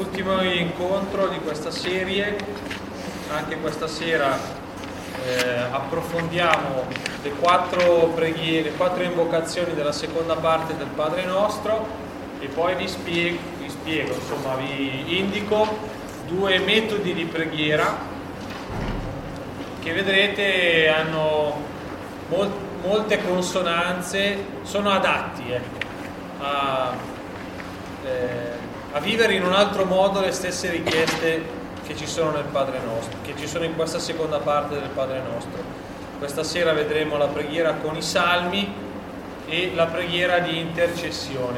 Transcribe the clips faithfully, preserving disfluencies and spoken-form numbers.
ultimo incontro di questa serie. Anche questa sera eh, approfondiamo le quattro preghiere, le quattro invocazioni della seconda parte del Padre Nostro, e poi vi spiego, vi spiego, insomma, vi indico due metodi di preghiera che vedrete hanno mol, molte consonanze, sono adatti ecco, a, eh, a vivere in un altro modo le stesse richieste che ci sono nel Padre Nostro, che ci sono in questa seconda parte del Padre Nostro. Questa sera vedremo la preghiera con i salmi e la preghiera di intercessione.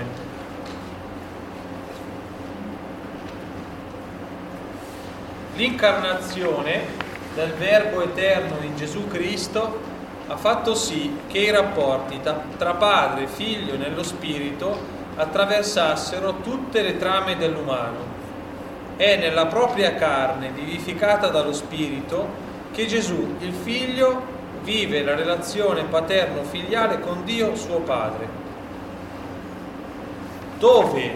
L'incarnazione del Verbo eterno in Gesù Cristo ha fatto sì che i rapporti tra Padre, Figlio e nello Spirito attraversassero tutte le trame dell'umano. È nella propria carne, vivificata dallo Spirito, che Gesù, il Figlio, vive la relazione paterno-filiale con Dio suo Padre. Dove,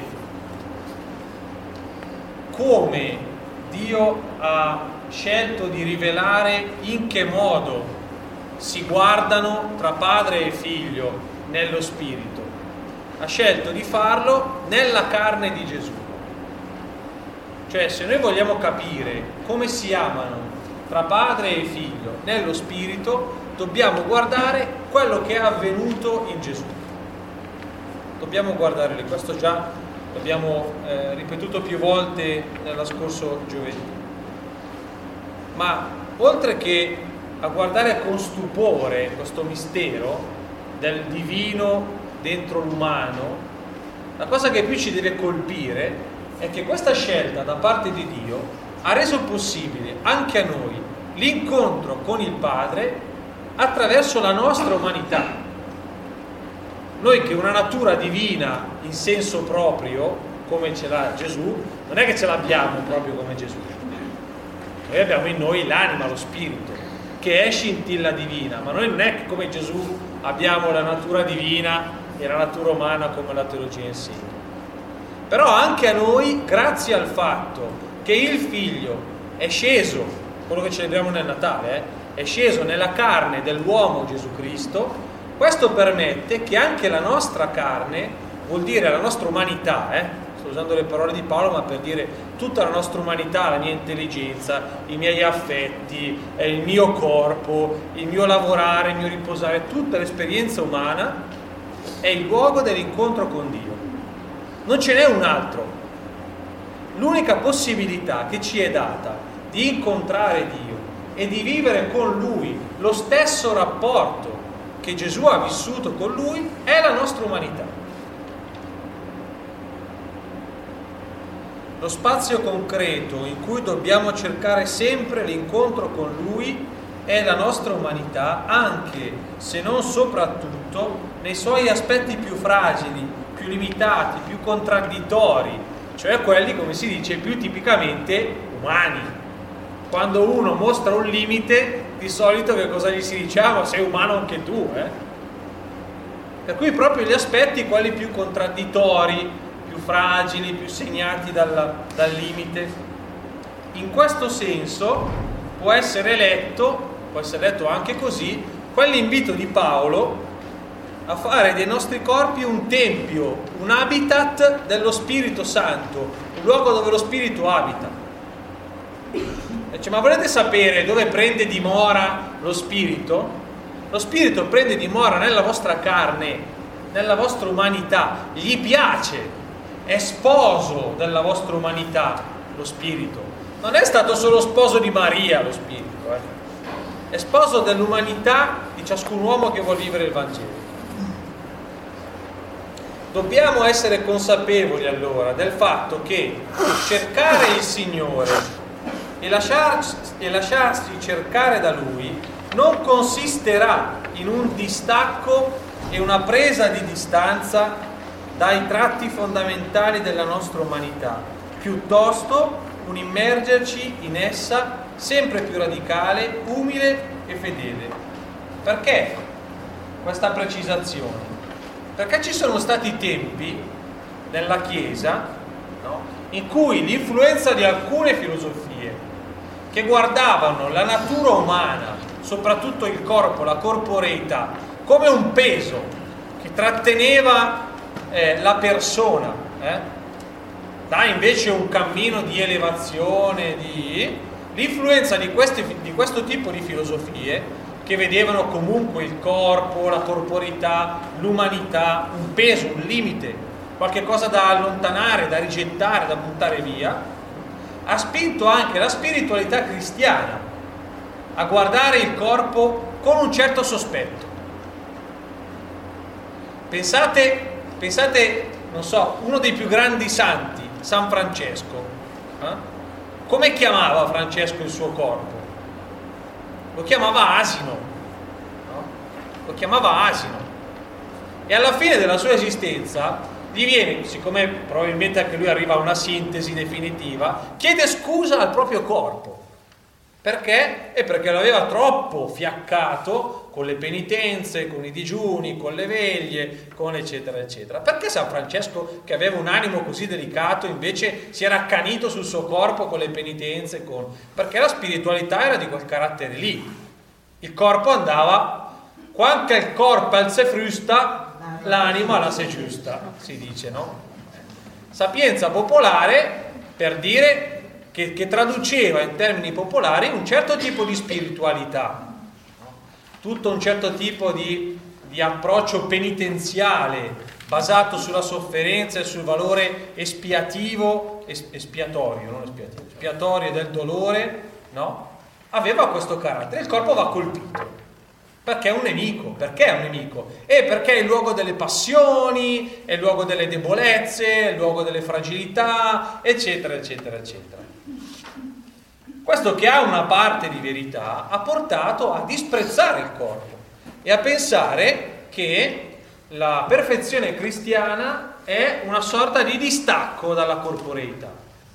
come Dio ha scelto di rivelare in che modo si guardano tra Padre e Figlio nello Spirito, ha scelto di farlo nella carne di Gesù. Cioè, se noi vogliamo capire come si amano tra padre e figlio nello spirito, dobbiamo guardare quello che è avvenuto in Gesù. Dobbiamo guardare lì, questo già l'abbiamo eh, ripetuto più volte nello scorso giovedì. Ma oltre che a guardare con stupore questo mistero del divino dentro l'umano, la cosa che più ci deve colpire è che questa scelta da parte di Dio ha reso possibile anche a noi l'incontro con il Padre attraverso la nostra umanità. Noi che una natura divina in senso proprio, come ce l'ha Gesù, non è che ce l'abbiamo proprio come Gesù. Noi abbiamo in noi l'anima, lo spirito, che è scintilla divina, ma noi non è che come Gesù abbiamo la natura divina e la natura umana come la teologia insegna. Però anche a noi, grazie al fatto che il Figlio è sceso, quello che celebriamo nel Natale, eh, è sceso nella carne dell'uomo Gesù Cristo, questo permette che anche la nostra carne, vuol dire la nostra umanità, eh, sto usando le parole di Paolo, ma per dire tutta la nostra umanità, la mia intelligenza, i miei affetti, eh, il mio corpo, il mio lavorare, il mio riposare, tutta l'esperienza umana è il luogo dell'incontro con Dio. Non ce n'è un altro. L'unica possibilità che ci è data di incontrare Dio e di vivere con Lui lo stesso rapporto che Gesù ha vissuto con Lui è la nostra umanità. Lo spazio concreto in cui dobbiamo cercare sempre l'incontro con Lui è la nostra umanità, anche se non soprattutto nei suoi aspetti più fragili, più limitati, più contraddittori, cioè quelli, come si dice, più tipicamente umani. Quando uno mostra un limite, di solito che cosa gli si dice? Ah, ma sei umano anche tu, eh? Per cui proprio gli aspetti, quelli più contraddittori, più fragili, più segnati dal, dal limite. In questo senso può essere letto, può essere letto anche così, quell'invito di Paolo a fare dei nostri corpi un tempio, un habitat dello Spirito Santo, un luogo dove lo Spirito abita. E dice, ma volete sapere dove prende dimora lo Spirito? Lo Spirito prende dimora nella vostra carne, nella vostra umanità, gli piace, è sposo della vostra umanità lo Spirito. Non è stato solo sposo di Maria lo Spirito, eh? È sposo dell'umanità di ciascun uomo che vuol vivere il Vangelo. Dobbiamo essere consapevoli allora del fatto che cercare il Signore e lasciarci, e lasciarsi cercare da Lui non consisterà in un distacco e una presa di distanza dai tratti fondamentali della nostra umanità, piuttosto un immergerci in essa sempre più radicale, umile e fedele. Perché questa precisazione? Perché ci sono stati tempi nella Chiesa, no, in cui l'influenza di alcune filosofie che guardavano la natura umana, soprattutto il corpo, la corporeità, come un peso che tratteneva eh, la persona, eh, da invece un cammino di elevazione, di... l'influenza di, questi, di questo tipo di filosofie che vedevano comunque il corpo, la corporeità, l'umanità, un peso, un limite, qualche cosa da allontanare, da rigettare, da buttare via, ha spinto anche la spiritualità cristiana a guardare il corpo con un certo sospetto. Pensate, pensate, non so, uno dei più grandi santi, San Francesco, eh? Come chiamava Francesco il suo corpo? Lo chiamava asino, no? Lo chiamava asino. E alla fine della sua esistenza gli viene, siccome probabilmente anche lui arriva a una sintesi definitiva, chiede scusa al proprio corpo. Perché? E perché l'aveva troppo fiaccato con le penitenze, con i digiuni, con le veglie, con eccetera eccetera. Perché San Francesco, che aveva un animo così delicato, invece si era accanito sul suo corpo con le penitenze? Con... Perché la spiritualità era di quel carattere lì. Il corpo andava, quanto il corpo al se frusta, l'anima la se giusta, si dice, no? Sapienza popolare per dire che, che traduceva in termini popolari un certo tipo di spiritualità, tutto un certo tipo di, di approccio penitenziale basato sulla sofferenza e sul valore espiativo, es, espiatorio, non espiativo, espiatorio del dolore, no? Aveva questo carattere. Il corpo va colpito perché è un nemico. Perché è un nemico? E perché è il luogo delle passioni, è il luogo delle debolezze, è il luogo delle fragilità, eccetera eccetera eccetera. Questo, che ha una parte di verità, ha portato a disprezzare il corpo e a pensare che la perfezione cristiana è una sorta di distacco dalla corporeità.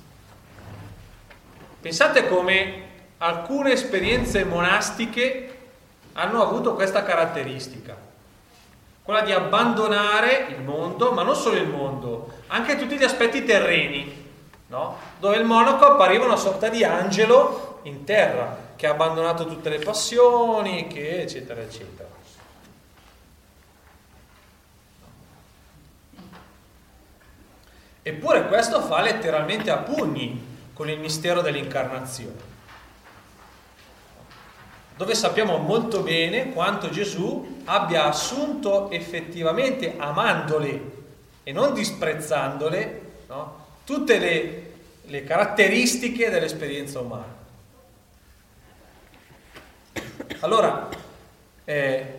Pensate come alcune esperienze monastiche hanno avuto questa caratteristica, quella di abbandonare il mondo, ma non solo il mondo, anche tutti gli aspetti terreni, no? Dove il monaco appariva una sorta di angelo in terra, che ha abbandonato tutte le passioni, che eccetera eccetera. Eppure questo fa letteralmente a pugni con il mistero dell'incarnazione, dove sappiamo molto bene quanto Gesù abbia assunto effettivamente, amandole e non disprezzandole, no? Tutte le, le caratteristiche dell'esperienza umana. Allora, eh,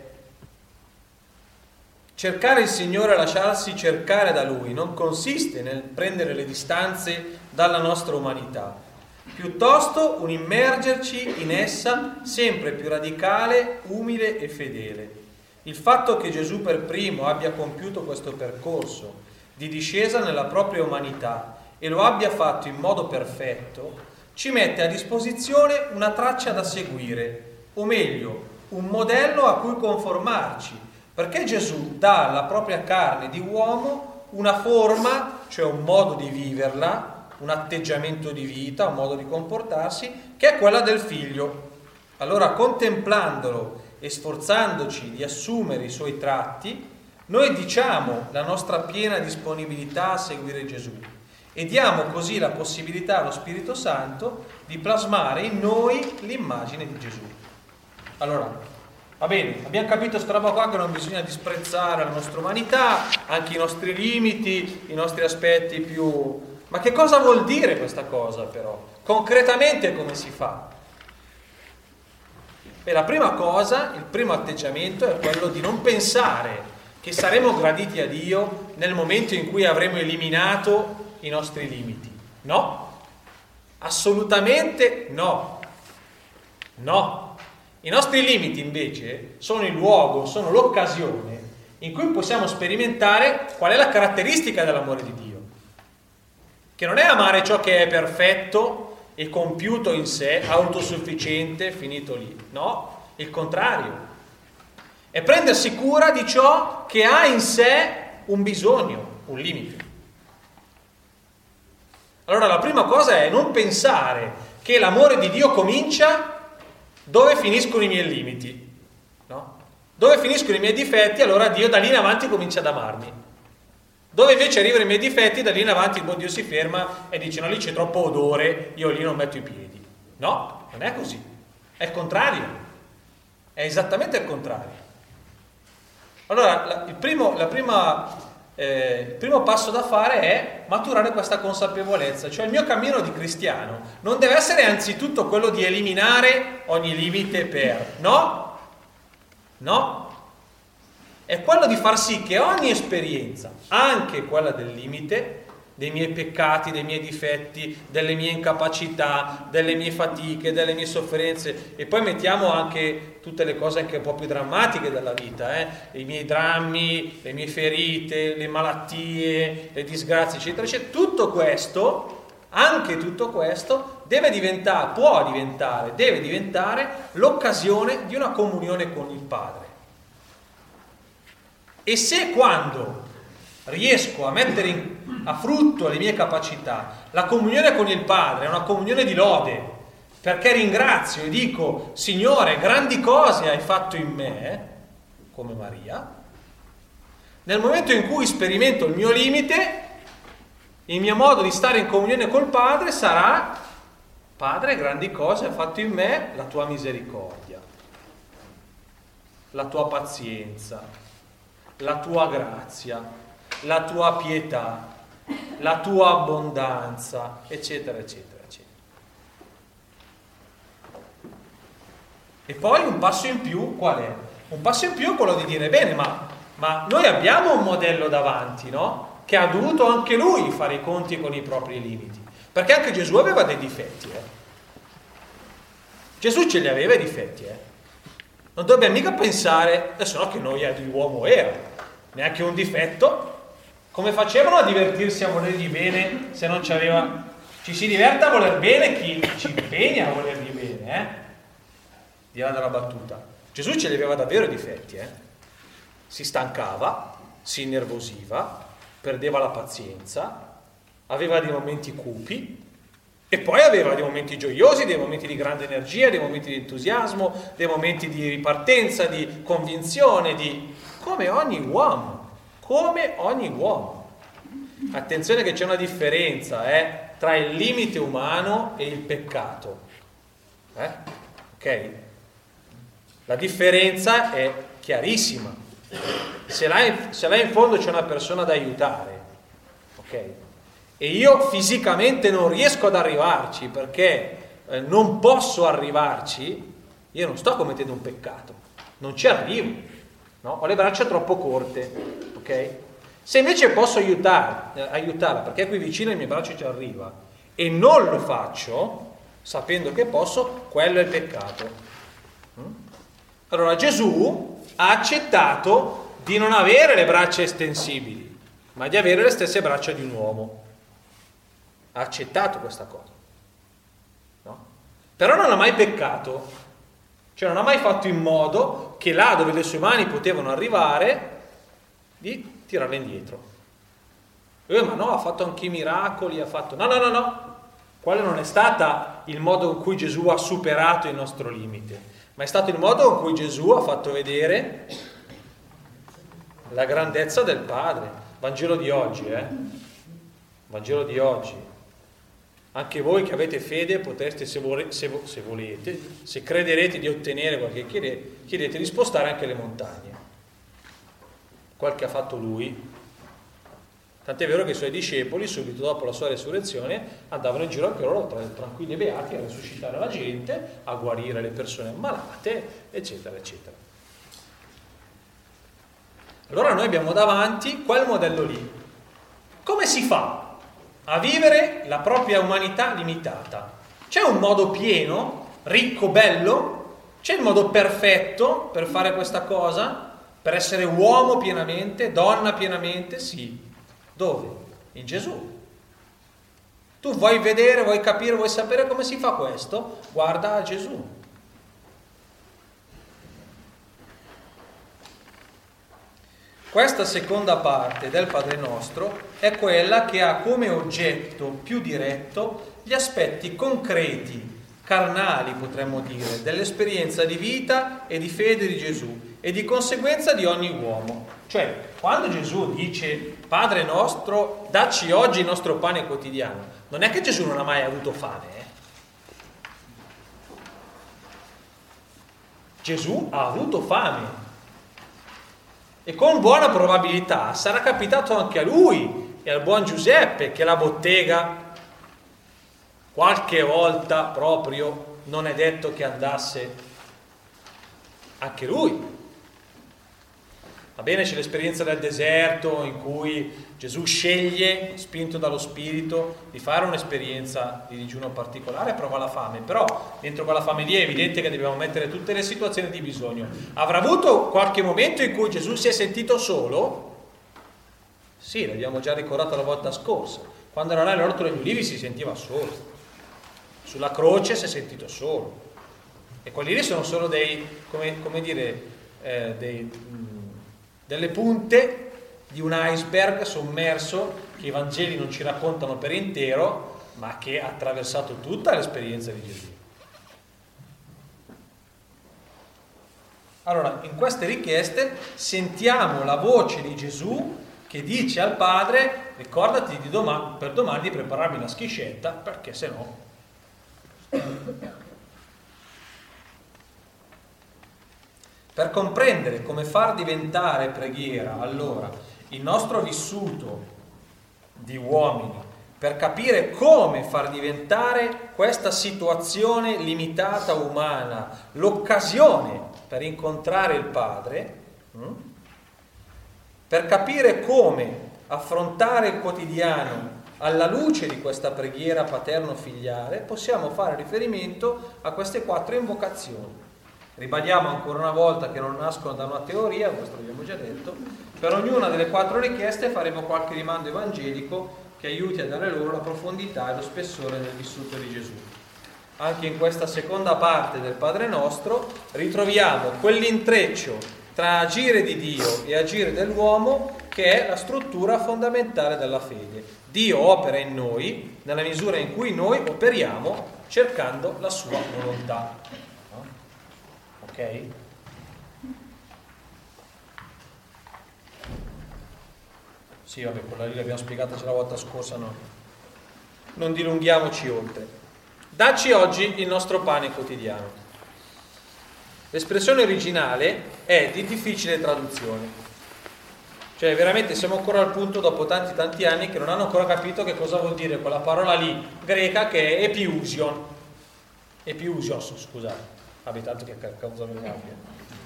cercare il Signore, lasciarsi cercare da Lui, non consiste nel prendere le distanze dalla nostra umanità, piuttosto un immergerci in essa sempre più radicale, umile e fedele. Il fatto che Gesù per primo abbia compiuto questo percorso di discesa nella propria umanità e lo abbia fatto in modo perfetto, ci mette a disposizione una traccia da seguire, o meglio, un modello a cui conformarci, perché Gesù dà alla propria carne di uomo una forma, cioè un modo di viverla, un atteggiamento di vita, un modo di comportarsi, che è quella del figlio. Allora, contemplandolo e sforzandoci di assumere i suoi tratti, noi diciamo la nostra piena disponibilità a seguire Gesù e diamo così la possibilità allo Spirito Santo di plasmare in noi l'immagine di Gesù. Allora, va bene, abbiamo capito sta roba qua, che non bisogna disprezzare la nostra umanità, anche i nostri limiti, i nostri aspetti più... Ma che cosa vuol dire questa cosa però? Concretamente come si fa? Beh, la prima cosa, il primo atteggiamento è quello di non pensare che saremo graditi a Dio nel momento in cui avremo eliminato i nostri limiti. No, assolutamente no. No. I nostri limiti invece sono il luogo, sono l'occasione in cui possiamo sperimentare qual è la caratteristica dell'amore di Dio, che non è amare ciò che è perfetto e compiuto in sé, autosufficiente, finito lì. No, il contrario. È prendersi cura di ciò che ha in sé un bisogno, un limite. Allora la prima cosa è non pensare che l'amore di Dio comincia dove finiscono i miei limiti, no? Dove finiscono i miei difetti, allora Dio da lì in avanti comincia ad amarmi. Dove invece arrivano i miei difetti, da lì in avanti il buon Dio si ferma e dice: no, lì c'è troppo odore, io lì non metto i piedi. No, non è così, è il contrario, è esattamente il contrario. Allora la, il, primo, la prima, eh, il primo passo da fare è maturare questa consapevolezza, cioè il mio cammino di cristiano non deve essere anzitutto quello di eliminare ogni limite per, no, no, è quello di far sì che ogni esperienza, anche quella del limite, dei miei peccati, dei miei difetti, delle mie incapacità, delle mie fatiche, delle mie sofferenze, e poi mettiamo anche tutte le cose anche un po' più drammatiche della vita, eh? I miei drammi, le mie ferite, le malattie, le disgrazie, eccetera, eccetera. Tutto questo, anche tutto questo, deve diventare, può diventare, deve diventare l'occasione di una comunione con il Padre. E se quando riesco a mettere in, a frutto le mie capacità, la comunione con il Padre è una comunione di lode, perché ringrazio e dico: Signore, grandi cose hai fatto in me, come Maria, nel momento in cui sperimento il mio limite, il mio modo di stare in comunione col Padre sarà: Padre, grandi cose hai fatto in me, la tua misericordia, la tua pazienza, la tua grazia, la tua pietà, la tua abbondanza, eccetera, eccetera, eccetera. E poi un passo in più, qual è? Un passo in più è quello di dire: bene, ma, ma noi abbiamo un modello davanti, no? Che ha dovuto anche lui fare i conti con i propri limiti. Perché anche Gesù aveva dei difetti, eh? Gesù ce li aveva i difetti, eh? Non dobbiamo mica pensare, adesso no, che noi di uomo era, neanche un difetto. Come facevano a divertirsi a volergli bene se non c'aveva? Ci si diverte a voler bene chi ci impegna a volergli bene, eh? Di là dalla battuta. Gesù ce li aveva davvero i difetti, eh? Si stancava, si innervosiva, perdeva la pazienza, aveva dei momenti cupi, e poi aveva dei momenti gioiosi, dei momenti di grande energia, dei momenti di entusiasmo, dei momenti di ripartenza, di convinzione, di... come ogni uomo, come ogni uomo. Attenzione che c'è una differenza eh, tra il limite umano e il peccato. Eh? Ok? La differenza è chiarissima. Se là, in, se là in fondo c'è una persona da aiutare, ok? E io fisicamente non riesco ad arrivarci perché eh, non posso arrivarci, io non sto commettendo un peccato, non ci arrivo, no? Ho le braccia troppo corte, ok? Se invece posso aiutare, eh, aiutarla perché qui vicino il mio braccio ci arriva e non lo faccio, sapendo che posso, quello è il peccato. Mm? Allora Gesù ha accettato di non avere le braccia estensibili, ma di avere le stesse braccia di un uomo. Ha accettato questa cosa, no? Però non ha mai peccato, cioè non ha mai fatto in modo che là dove le sue mani potevano arrivare di tirarle indietro. Eh, ma no, ha fatto anche i miracoli, ha fatto... No, no, no, no. Quello non è stato il modo in cui Gesù ha superato il nostro limite, ma è stato il modo in cui Gesù ha fatto vedere la grandezza del Padre. Vangelo di oggi, eh? Vangelo di oggi. Anche voi che avete fede potreste, se, vole, se, se volete, se crederete di ottenere quel che chiedete, chiedete di spostare anche le montagne. Quel che ha fatto lui. Tant'è vero che i suoi discepoli, subito dopo la sua resurrezione, andavano in giro anche loro tra, tranquilli e beati a risuscitare la gente, a guarire le persone ammalate, eccetera, eccetera. Allora noi abbiamo davanti quel modello lì. Come si fa a vivere la propria umanità limitata? C'è un modo pieno, ricco, bello? C'è il modo perfetto per fare questa cosa? Per essere uomo pienamente, donna pienamente? Sì. Dove? In Gesù. Tu vuoi vedere, vuoi capire, vuoi sapere come si fa questo? Guarda a Gesù. questa seconda parte del Padre Nostro è quella che ha come oggetto più diretto gli aspetti concreti, carnali potremmo dire, dell'esperienza di vita e di fede di Gesù e di conseguenza di ogni uomo. Cioè, quando Gesù dice Padre nostro, dacci oggi il nostro pane quotidiano, non è che Gesù non ha mai avuto fame, eh? Gesù ha avuto fame e con buona probabilità sarà capitato anche a lui e al buon Giuseppe che la bottega qualche volta proprio non è detto che andasse anche lui. Va bene, c'è l'esperienza del deserto in cui Gesù sceglie, spinto dallo Spirito, di fare un'esperienza di digiuno particolare, prova la fame, però dentro quella fame lì è evidente che dobbiamo mettere tutte le situazioni di bisogno. Avrà avuto qualche momento in cui Gesù si è sentito solo? Sì, l'abbiamo già ricordato la volta scorsa, quando era là all'orto degli ulivi si sentiva solo, sulla croce si è sentito solo, e quelli lì sono solo dei, come, come dire, eh, dei... Mh, delle punte di un iceberg sommerso che i Vangeli non ci raccontano per intero, ma che ha attraversato tutta l'esperienza di Gesù. Allora, in queste richieste sentiamo la voce di Gesù che dice al Padre: ricordati di domani, per domani di prepararmi la schiscetta, perché se no... Per comprendere come far diventare preghiera, allora, il nostro vissuto di uomini, per capire come far diventare questa situazione limitata umana l'occasione per incontrare il Padre, per capire come affrontare il quotidiano alla luce di questa preghiera paterno-filiale, possiamo fare riferimento a queste quattro invocazioni. Ribadiamo ancora una volta che non nascono da una teoria, questo l'abbiamo già detto. Per ognuna delle quattro richieste faremo qualche rimando evangelico che aiuti a dare loro la profondità e lo spessore del vissuto di Gesù. Anche in questa seconda parte del Padre Nostro ritroviamo quell'intreccio tra agire di Dio e agire dell'uomo che è la struttura fondamentale della fede. Dio opera in noi nella misura in cui noi operiamo cercando la sua volontà. Ok? Sì, vabbè, quella lì l'abbiamo spiegata già la volta scorsa, no? Non dilunghiamoci oltre. Dacci oggi il nostro pane quotidiano. L'espressione originale è di difficile traduzione. Cioè, veramente siamo ancora al punto, dopo tanti tanti anni, che non hanno ancora capito che cosa vuol dire quella parola lì, greca, che è epiusion. Epiusios, scusate. Vabbè, tanto che causa memoria.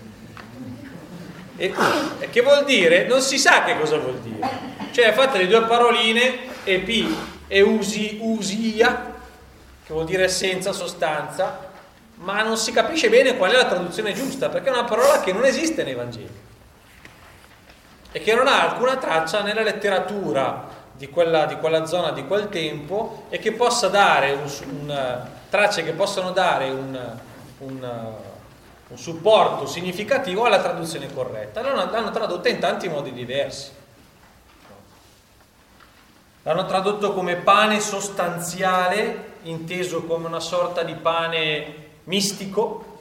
E, e che vuol dire? Non si sa che cosa vuol dire. Cioè, fate le due paroline, epi e usi, usia, che vuol dire essenza, sostanza, ma non si capisce bene qual è la traduzione giusta, perché è una parola che non esiste nei Vangeli e che non ha alcuna traccia nella letteratura di quella, di quella zona, di quel tempo, e che possa dare un, un, tracce che possano dare un Un, un supporto significativo alla traduzione corretta. L'hanno, l'hanno tradotta in tanti modi diversi. L'hanno tradotto come pane sostanziale, inteso come una sorta di pane mistico,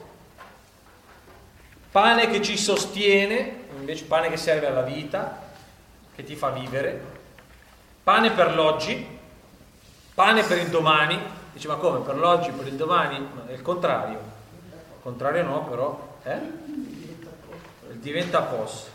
pane che ci sostiene, invece pane che serve alla vita, che ti fa vivere, pane per l'oggi, pane per il domani. Dice, ma come per l'oggi, per il domani? No, è il contrario. Il contrario no, però eh? diventa pos.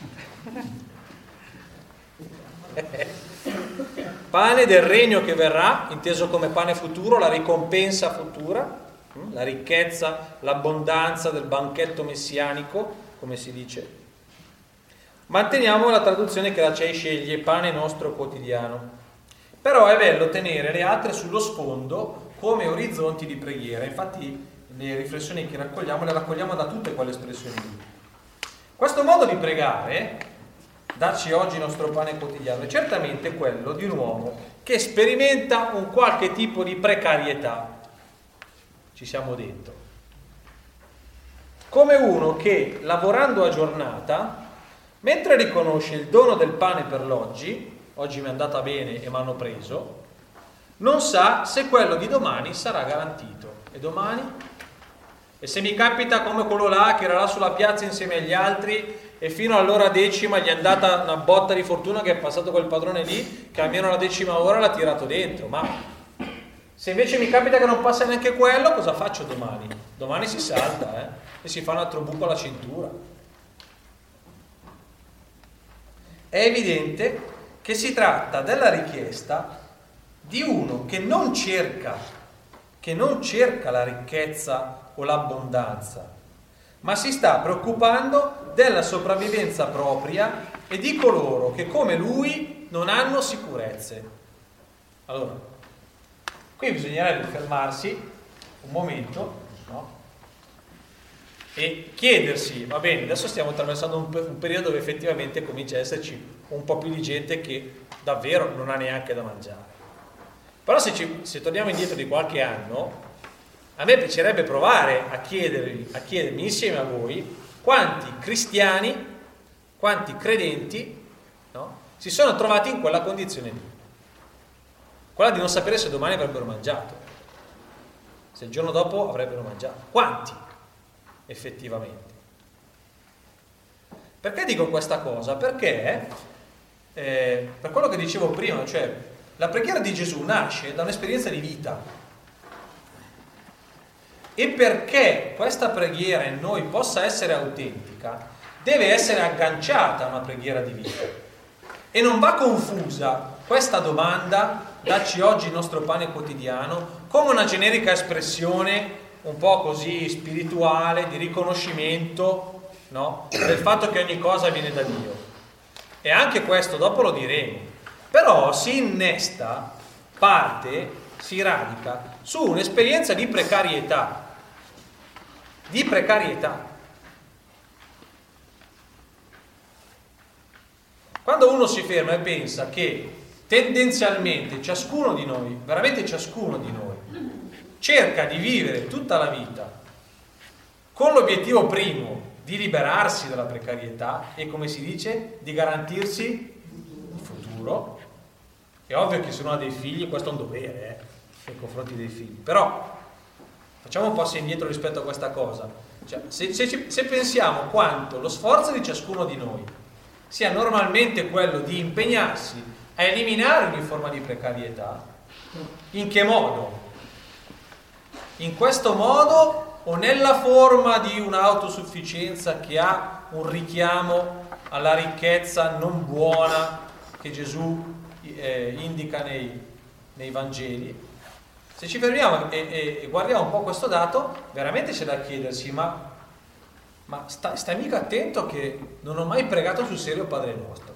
Pane del regno che verrà, inteso come pane futuro, la ricompensa futura, la ricchezza, l'abbondanza del banchetto messianico, come si dice. Manteniamo la traduzione che la C E I sceglie, pane nostro quotidiano. Però è bello tenere le altre sullo sfondo come orizzonti di preghiera. Infatti le riflessioni che raccogliamo le raccogliamo da tutte quelle espressioni lì. Questo modo di pregare, darci oggi il nostro pane quotidiano, è certamente quello di un uomo che sperimenta un qualche tipo di precarietà, ci siamo dentro, come uno che lavorando a giornata mentre riconosce il dono del pane per l'oggi, oggi mi è andata bene e mi hanno preso, non sa se quello di domani sarà garantito. E domani? E se mi capita come quello là che era là sulla piazza insieme agli altri e fino all'ora decima gli è andata una botta di fortuna che è passato quel padrone lì che almeno alla decima ora l'ha tirato dentro, ma se invece mi capita che non passa neanche quello, cosa faccio domani? Domani si salta eh? e si fa un altro buco alla cintura. È evidente che si tratta della richiesta di uno che non cerca, che non cerca la ricchezza o l'abbondanza, ma si sta preoccupando della sopravvivenza propria e di coloro che come lui non hanno sicurezze. Allora, qui bisognerebbe fermarsi un momento, no? E chiedersi, va bene, adesso stiamo attraversando un, un periodo dove effettivamente comincia a esserci un po' più di gente che davvero non ha neanche da mangiare. Però se, ci, se torniamo indietro di qualche anno, a me piacerebbe provare a chiedervi, a chiedermi insieme a voi quanti cristiani, quanti credenti, no, si sono trovati in quella condizione lì. Quella di non sapere se domani avrebbero mangiato, se il giorno dopo avrebbero mangiato. Quanti effettivamente? Perché dico questa cosa? Perché eh, per quello che dicevo prima, cioè la preghiera di Gesù nasce da un'esperienza di vita. E perché questa preghiera in noi possa essere autentica, deve essere agganciata a una preghiera di vita. E non va confusa questa domanda, dacci oggi il nostro pane quotidiano, come una generica espressione un po' così spirituale, di riconoscimento, no? Del fatto che ogni cosa viene da Dio. E anche questo dopo lo diremo. Però si innesta, parte, si radica su un'esperienza di precarietà. Di precarietà. Quando uno si ferma e pensa che tendenzialmente ciascuno di noi, veramente ciascuno di noi, cerca di vivere tutta la vita con l'obiettivo primo di liberarsi dalla precarietà e, come si dice, di garantirsi il futuro. È ovvio che se uno ha dei figli questo è un dovere eh, nei confronti dei figli, però facciamo un passo indietro rispetto a questa cosa. Cioè, se, se, se pensiamo quanto lo sforzo di ciascuno di noi sia normalmente quello di impegnarsi a eliminare ogni forma di precarietà, in che modo? In questo modo o nella forma di un'autosufficienza che ha un richiamo alla ricchezza non buona che Gesù eh, indica nei, nei Vangeli? Se ci fermiamo e, e, e guardiamo un po' questo dato, veramente c'è da chiedersi, ma, ma sta, stai mica attento che non ho mai pregato sul serio Padre Nostro.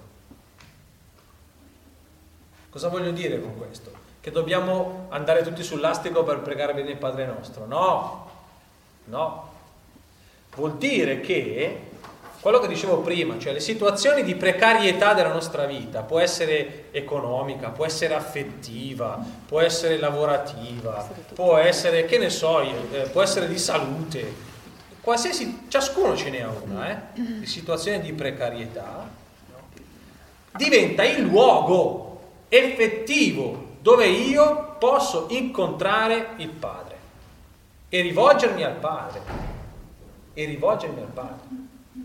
Cosa voglio dire con questo? Che dobbiamo andare tutti sull'astico per pregare bene il Padre Nostro? No, no. Vuol dire che quello che dicevo prima, cioè le situazioni di precarietà della nostra vita, può essere economica, può essere affettiva, può essere lavorativa, può essere, che ne so, eh, può essere di salute, qualsiasi, ciascuno ce ne ha una, eh, di situazioni di precarietà, no? Diventa il luogo effettivo dove io posso incontrare il Padre e rivolgermi al Padre, e rivolgermi al Padre.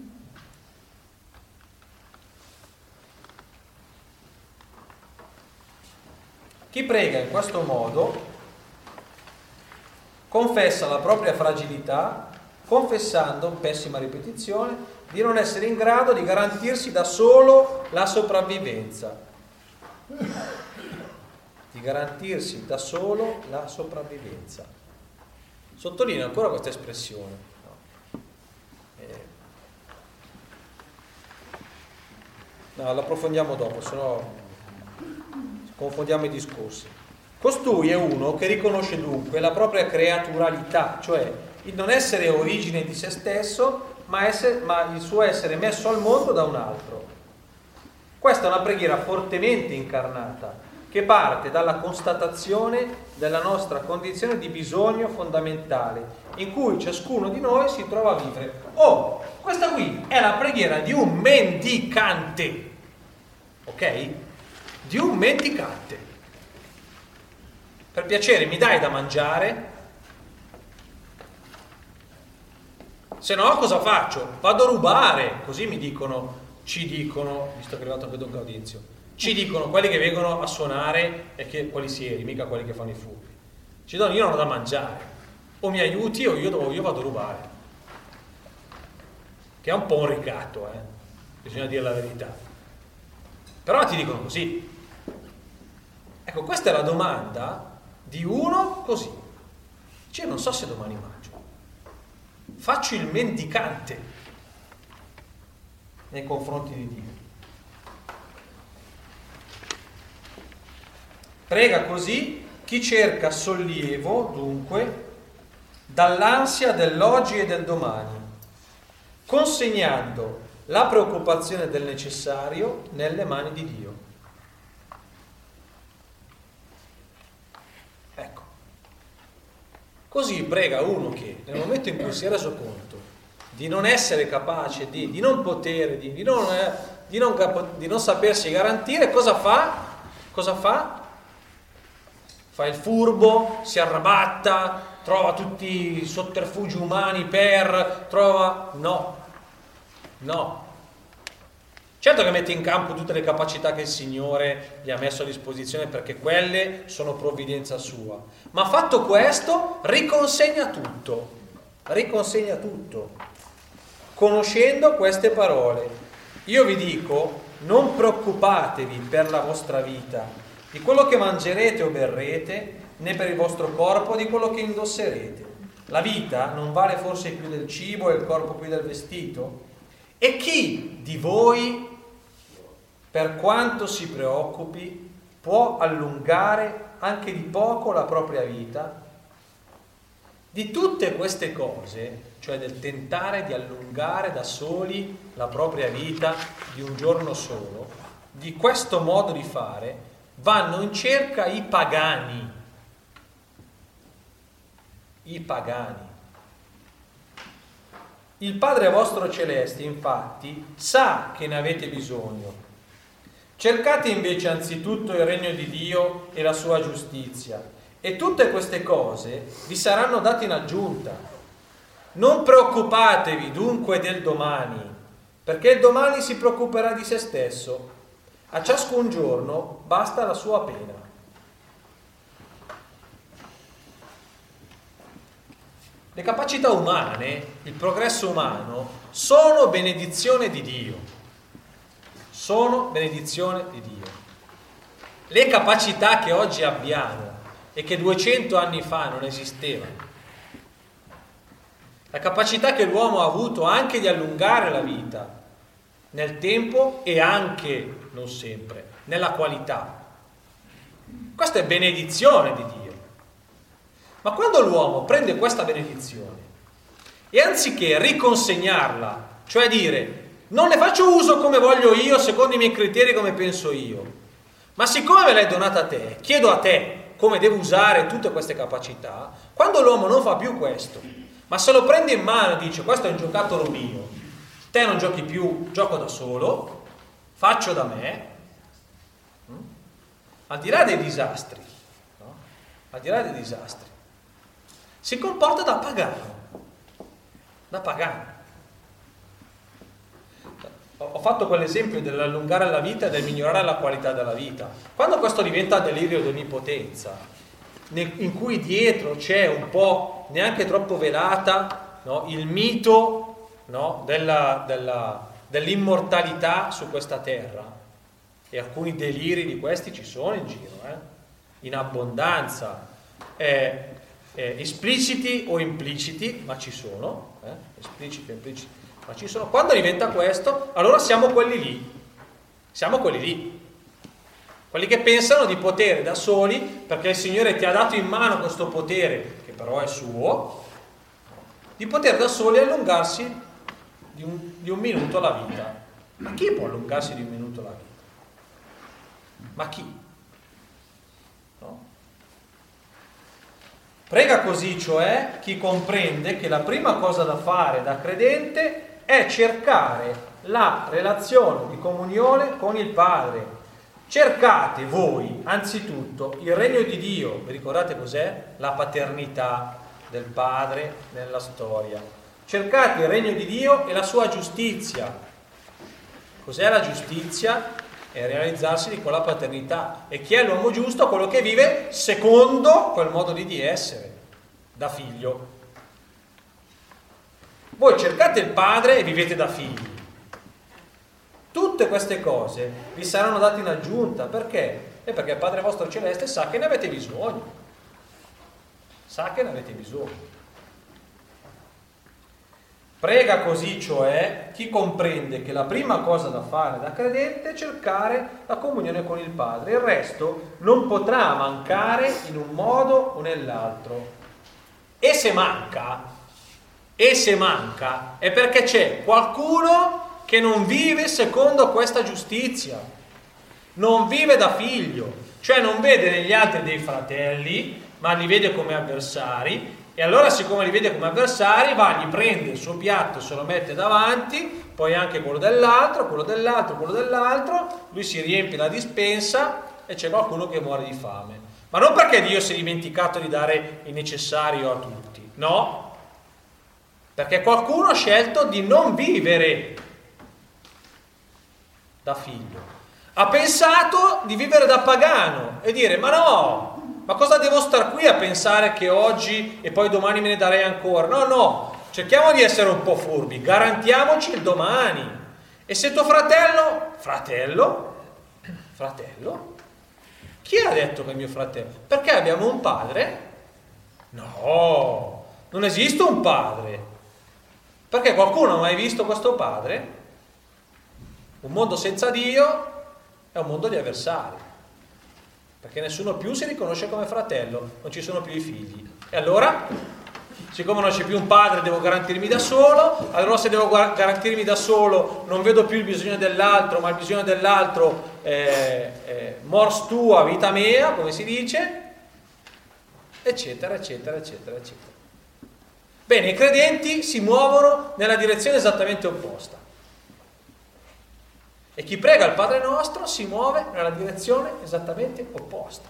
Chi prega in questo modo confessa la propria fragilità, confessando, pessima ripetizione, di non essere in grado di garantirsi da solo la sopravvivenza. Di garantirsi da solo la sopravvivenza. Sottolineo ancora questa espressione. No, eh, no la approfondiamo dopo, sennò confondiamo i discorsi. Costui è uno che riconosce dunque la propria creaturalità, cioè il non essere origine di se stesso, ma, essere, ma il suo essere messo al mondo da un altro. Questa è una preghiera fortemente incarnata, che parte dalla constatazione della nostra condizione di bisogno fondamentale, in cui ciascuno di noi si trova a vivere. Oh, questa qui è la preghiera di un mendicante, ok? Di un mendicante. Per piacere, mi dai da mangiare? Se no, cosa faccio? Vado a rubare, così mi dicono, ci dicono, visto che è arrivato Don Gaudenzio, ci dicono quelli che vengono a suonare e che quelli seri, mica quelli che fanno i furbi. Ci dicono, io non ho da mangiare, o mi aiuti o io, o io vado a rubare. Che è un po' un ricatto, eh? Bisogna dire la verità. Però ti dicono così. Ecco, questa è la domanda di uno così. Cioè, non so se domani mangio. Faccio il mendicante nei confronti di Dio. Prega così chi cerca sollievo, dunque, dall'ansia dell'oggi e del domani, consegnando la preoccupazione del necessario nelle mani di Dio. Ecco. Così prega uno che nel momento in cui si è reso conto di non essere capace, di, di non potere, di, di, non, eh, di, non, di non sapersi garantire, cosa fa? Cosa fa? Fa il furbo, si arrabatta, trova tutti i sotterfugi umani per, trova... No, no. Certo che mette in campo tutte le capacità che il Signore gli ha messo a disposizione, perché quelle sono provvidenza sua. Ma fatto questo, riconsegna tutto, riconsegna tutto, conoscendo queste parole. Io vi dico, non preoccupatevi per la vostra vita, di quello che mangerete o berrete, né per il vostro corpo di quello che indosserete. La vita non vale forse più del cibo e il corpo più del vestito? E chi di voi, per quanto si preoccupi, può allungare anche di poco la propria vita? Di tutte queste cose, cioè del tentare di allungare da soli la propria vita di un giorno solo, di questo modo di fare, vanno in cerca i pagani. I pagani. Il Padre vostro celeste, infatti, sa che ne avete bisogno. Cercate invece anzitutto il regno di Dio e la sua giustizia, e tutte queste cose vi saranno date in aggiunta. Non preoccupatevi dunque del domani, perché il domani si preoccuperà di se stesso. A ciascun giorno basta la sua pena. Le capacità umane, il progresso umano, sono benedizione di Dio. Sono benedizione di Dio. Le capacità che oggi abbiamo e che duecento anni fa non esistevano, la capacità che l'uomo ha avuto anche di allungare la vita nel tempo e anche, non sempre, nella qualità, questa è benedizione di Dio. Ma quando l'uomo prende questa benedizione e anziché riconsegnarla, cioè dire non ne faccio uso come voglio io, secondo i miei criteri, come penso io, ma siccome me l'hai donata a te, chiedo a te come devo usare tutte queste capacità, quando l'uomo non fa più questo, ma se lo prende in mano e dice questo è un giocattolo mio, te non giochi più, gioco da solo, faccio da me, al di là dei disastri, no? Al di là dei disastri, si comporta da pagano, da pagano. Ho fatto quell'esempio dell'allungare la vita e del migliorare la qualità della vita. Quando questo diventa delirio di onnipotenza, in cui dietro c'è un po', neanche troppo velata, no, il mito, no, della, della, dell'immortalità su questa terra, e alcuni deliri di questi ci sono in giro, eh, in abbondanza, eh, eh, espliciti o impliciti, ma ci sono, eh, espliciti o impliciti, ma ci sono. Quando diventa questo, allora siamo quelli lì, siamo quelli lì, quelli che pensano di poter da soli, perché il Signore ti ha dato in mano questo potere, che però è suo, di poter da soli allungarsi di un, di un minuto la vita. Ma chi può allungarsi di un minuto la vita? Ma chi? Prega così, cioè, chi comprende che la prima cosa da fare da credente è cercare la relazione di comunione con il Padre. Cercate voi, anzitutto, il regno di Dio. Vi ricordate cos'è? La paternità del Padre nella storia. Cercate il regno di Dio e la sua giustizia. Cos'è la giustizia? È realizzarsi di quella paternità. E chi è l'uomo giusto? Quello che vive secondo quel modo lì di essere, da figlio. Voi cercate il Padre e vivete da figli. Tutte queste cose vi saranno date in aggiunta. Perché? È perché il Padre vostro celeste sa che ne avete bisogno. Sa che ne avete bisogno. Prega così, cioè, chi comprende che la prima cosa da fare da credente è cercare la comunione con il Padre. Il resto non potrà mancare in un modo o nell'altro. E se manca, e se manca, è perché c'è qualcuno che non vive secondo questa giustizia. Non vive da figlio, cioè non vede negli altri dei fratelli, ma li vede come avversari. E allora, siccome li vede come avversari, va, gli prende il suo piatto, se lo mette davanti, poi anche quello dell'altro, quello dell'altro, quello dell'altro, lui si riempie la dispensa e c'è qualcuno che muore di fame. Ma non perché Dio si è dimenticato di dare il necessario a tutti, no, perché qualcuno ha scelto di non vivere da figlio. Ha pensato di vivere da pagano e dire: ma no, ma cosa devo star qui a pensare che oggi e poi domani me ne darei ancora? No, no, cerchiamo di essere un po' furbi, garantiamoci il domani. E se tuo fratello, fratello, fratello, chi ha detto che è mio fratello? Perché abbiamo un padre? No, non esiste un padre. Perché qualcuno ha mai visto questo padre? Un mondo senza Dio è un mondo di avversari. Perché nessuno più si riconosce come fratello, non ci sono più i figli. E allora, siccome non c'è più un padre, devo garantirmi da solo. Allora, se devo garantirmi da solo, non vedo più il bisogno dell'altro, ma il bisogno dell'altro è, è mors tua, vita mea, come si dice, eccetera, eccetera, eccetera, eccetera. Bene, i credenti si muovono nella direzione esattamente opposta. E chi prega il Padre nostro si muove nella direzione esattamente opposta.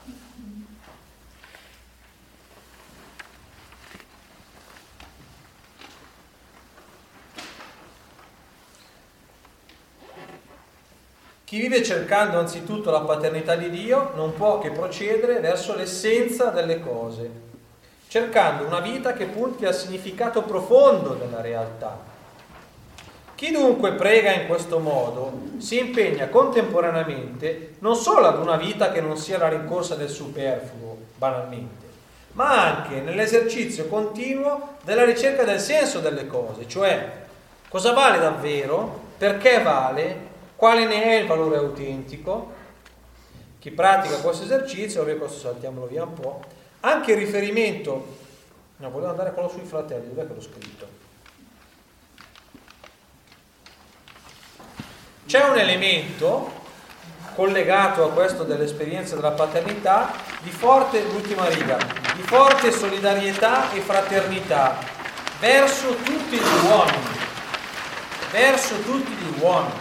Chi vive cercando anzitutto la paternità di Dio non può che procedere verso l'essenza delle cose, cercando una vita che punti al significato profondo della realtà. Chi dunque prega in questo modo si impegna contemporaneamente non solo ad una vita che non sia la rincorsa del superfluo, banalmente, ma anche nell'esercizio continuo della ricerca del senso delle cose, cioè cosa vale davvero, perché vale, quale ne è il valore autentico. Chi pratica questo esercizio, vabbè, questo saltiamolo via un po', anche il riferimento, no, volevo andare a quello sui fratelli, dov'è che l'ho scritto? C'è un elemento collegato a questo dell'esperienza della paternità di forte, l'ultima riga, di forte solidarietà e fraternità verso tutti gli uomini, verso tutti gli uomini.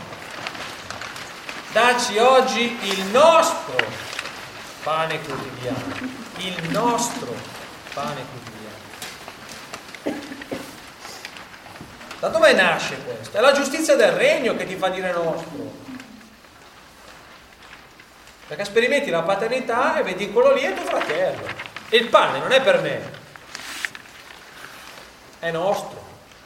Dacci oggi il nostro pane quotidiano, il nostro pane quotidiano. Da dove nasce questo? È la giustizia del regno che ti fa dire nostro. Perché sperimenti la paternità e vedi quello lì è tuo fratello. E il pane non è per me, è nostro.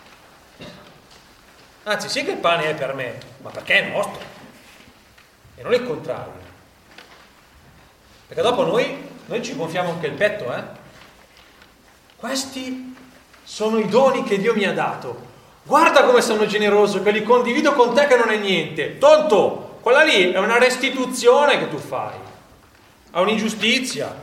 Anzi, sì che il pane è per me, ma perché è nostro. E non il contrario. Perché dopo noi, noi ci gonfiamo anche il petto, eh? Questi sono i doni che Dio mi ha dato. Guarda come sono generoso, che li condivido con te che non è niente. Tonto, quella lì è una restituzione che tu fai a un'ingiustizia.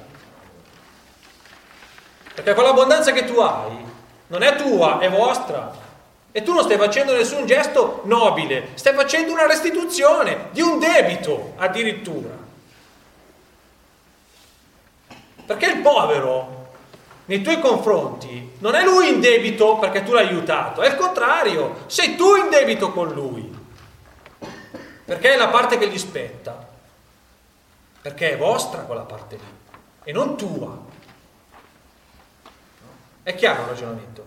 Perché quell'abbondanza che tu hai non è tua, è vostra. E tu non stai facendo nessun gesto nobile, stai facendo una restituzione di un debito addirittura. Perché il povero nei tuoi confronti, non è lui in debito perché tu l'hai aiutato, è il contrario, sei tu in debito con lui, perché è la parte che gli spetta, perché è vostra quella parte lì e non tua. È chiaro il ragionamento?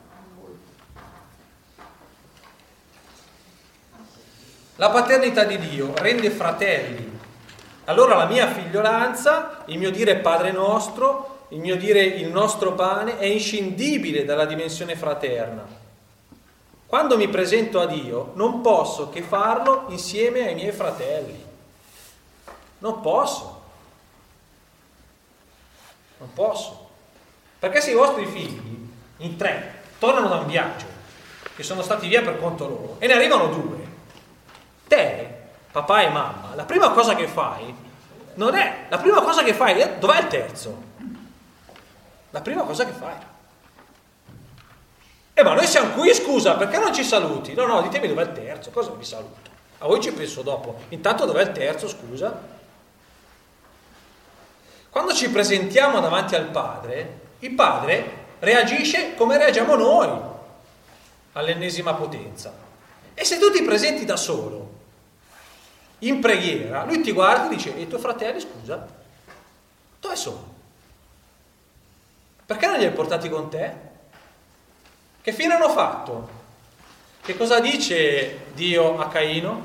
La paternità di Dio rende fratelli. Allora la mia figliolanza, il mio dire Padre nostro, il mio dire il nostro pane è inscindibile dalla dimensione fraterna. Quando mi presento a Dio non posso che farlo insieme ai miei fratelli. Non posso. Non posso. Perché se i vostri figli, in tre, tornano da un viaggio, che sono stati via per conto loro, e ne arrivano due, te, papà e mamma, la prima cosa che fai non è, la prima cosa che fai è, dov'è il terzo? La prima cosa che fai. Eh ma noi siamo qui, scusa, perché non ci saluti? No, no, ditemi dov'è il terzo, cosa vi saluto? A voi ci penso dopo. Intanto dov'è il terzo, scusa? Quando ci presentiamo davanti al Padre, il Padre reagisce come reagiamo noi all'ennesima potenza. E se tu ti presenti da solo in preghiera, lui ti guarda e dice: e i tuoi fratelli, scusa, dove sono? Perché non li hai portati con te? Che fine hanno fatto? Che cosa dice Dio a Caino?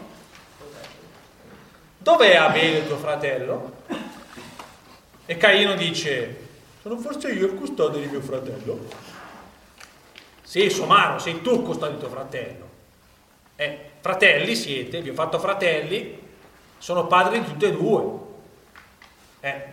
Dov'è Abele tuo fratello? E Caino dice: sono forse io il custode di mio fratello? Sì, somaro, sei tu il custode di tuo fratello. Eh, fratelli siete, vi ho fatto fratelli, sono padri di tutte e due. Eh.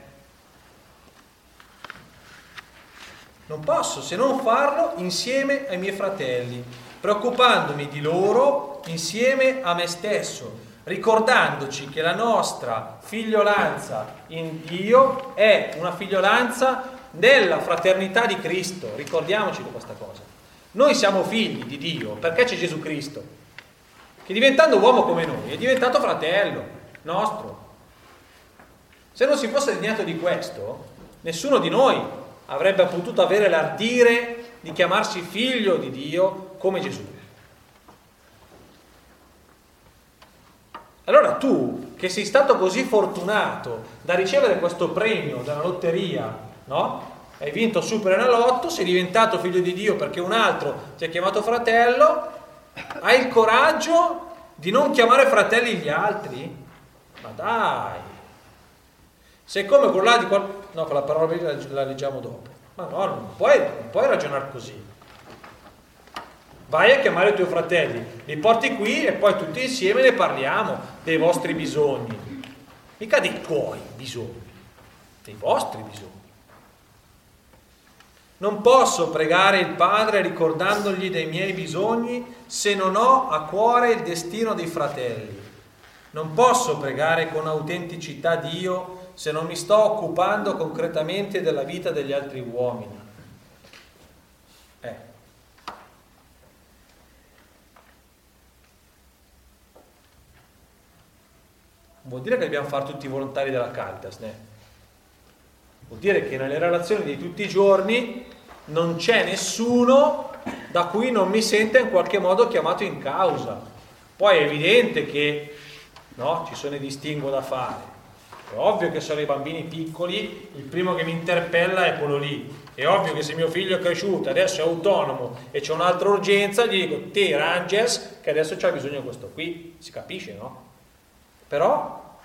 Non posso se non farlo insieme ai miei fratelli, preoccupandomi di loro insieme a me stesso, ricordandoci che la nostra figliolanza in Dio è una figliolanza nella fraternità di Cristo. Ricordiamoci di questa cosa. Noi siamo figli di Dio perché c'è Gesù Cristo, che diventando uomo come noi è diventato fratello nostro. Se non si fosse degnato di questo, nessuno di noi avrebbe potuto avere l'ardire di chiamarsi figlio di Dio come Gesù. Allora tu, che sei stato così fortunato da ricevere questo premio dalla lotteria, no? Hai vinto Super Enalotto, sei diventato figlio di Dio perché un altro ti ha chiamato fratello, hai il coraggio di non chiamare fratelli gli altri? Ma dai! Sei come quello là di qual... No, quella parola la, la leggiamo dopo. Ma no, non puoi, non puoi ragionare così. Vai a chiamare i tuoi fratelli, li porti qui e poi tutti insieme ne parliamo dei vostri bisogni. Mica dei tuoi bisogni, dei vostri bisogni. Non posso pregare il Padre ricordandogli dei miei bisogni se non ho a cuore il destino dei fratelli. Non posso pregare con autenticità Dio se non mi sto occupando concretamente della vita degli altri uomini. Eh. Vuol dire che dobbiamo fare tutti i volontari della Caritas, né? Vuol dire che nelle relazioni di tutti i giorni non c'è nessuno da cui non mi senta in qualche modo chiamato in causa. Poi è evidente che, no, ci sono i distinguo da fare. È ovvio che sono i bambini piccoli, il primo che mi interpella è quello lì. È ovvio che se mio figlio è cresciuto, adesso è autonomo e c'è un'altra urgenza, gli dico: te Rangers, che adesso c'ha bisogno di questo qui. Si capisce, no? Però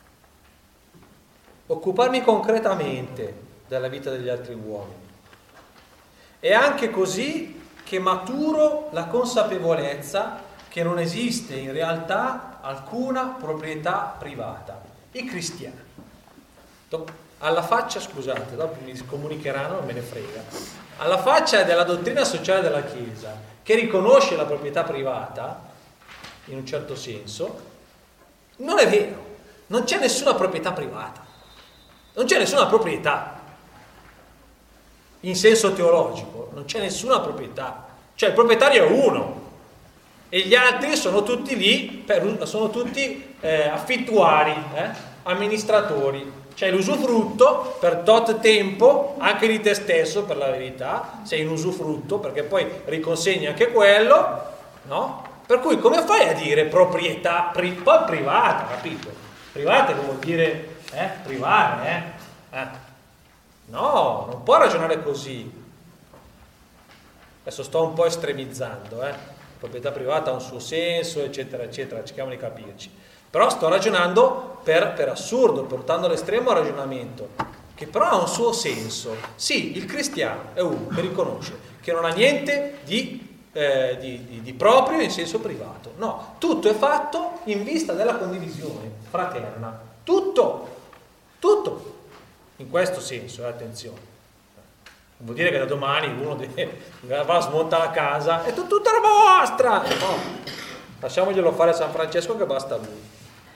occuparmi concretamente della vita degli altri uomini. È anche così che maturo la consapevolezza che non esiste in realtà alcuna proprietà privata. I cristiani, alla faccia, scusate, dopo mi comunicheranno, non me ne frega, alla faccia della dottrina sociale della Chiesa, che riconosce la proprietà privata, in un certo senso, non è vero, non c'è nessuna proprietà privata, non c'è nessuna proprietà, in senso teologico, non c'è nessuna proprietà, cioè il proprietario è uno, e gli altri sono tutti lì, per, sono tutti eh, affittuari, eh, amministratori. c'è l'usufrutto per tot tempo, anche di te stesso, per la verità, sei in usufrutto, perché poi riconsegni anche quello, no? Per cui come fai a dire proprietà, pri, poi privata, capito? Privata che vuol dire, eh, privare, eh? eh? No, non può ragionare così. Adesso sto un po' estremizzando, eh? Proprietà privata ha un suo senso, eccetera, eccetera, cerchiamo di capirci. Però sto ragionando per, per assurdo, portando all'estremo il ragionamento, che però ha un suo senso. Sì, il cristiano è uno che riconosce che non ha niente di, eh, di, di, di proprio in senso privato. No, tutto è fatto in vista della condivisione fraterna. Tutto, tutto. In questo senso, eh, attenzione. Non vuol dire che da domani uno deve, va, smonta la casa, è tut- tutta roba vostra! No, lasciamoglielo fare a San Francesco che basta a lui.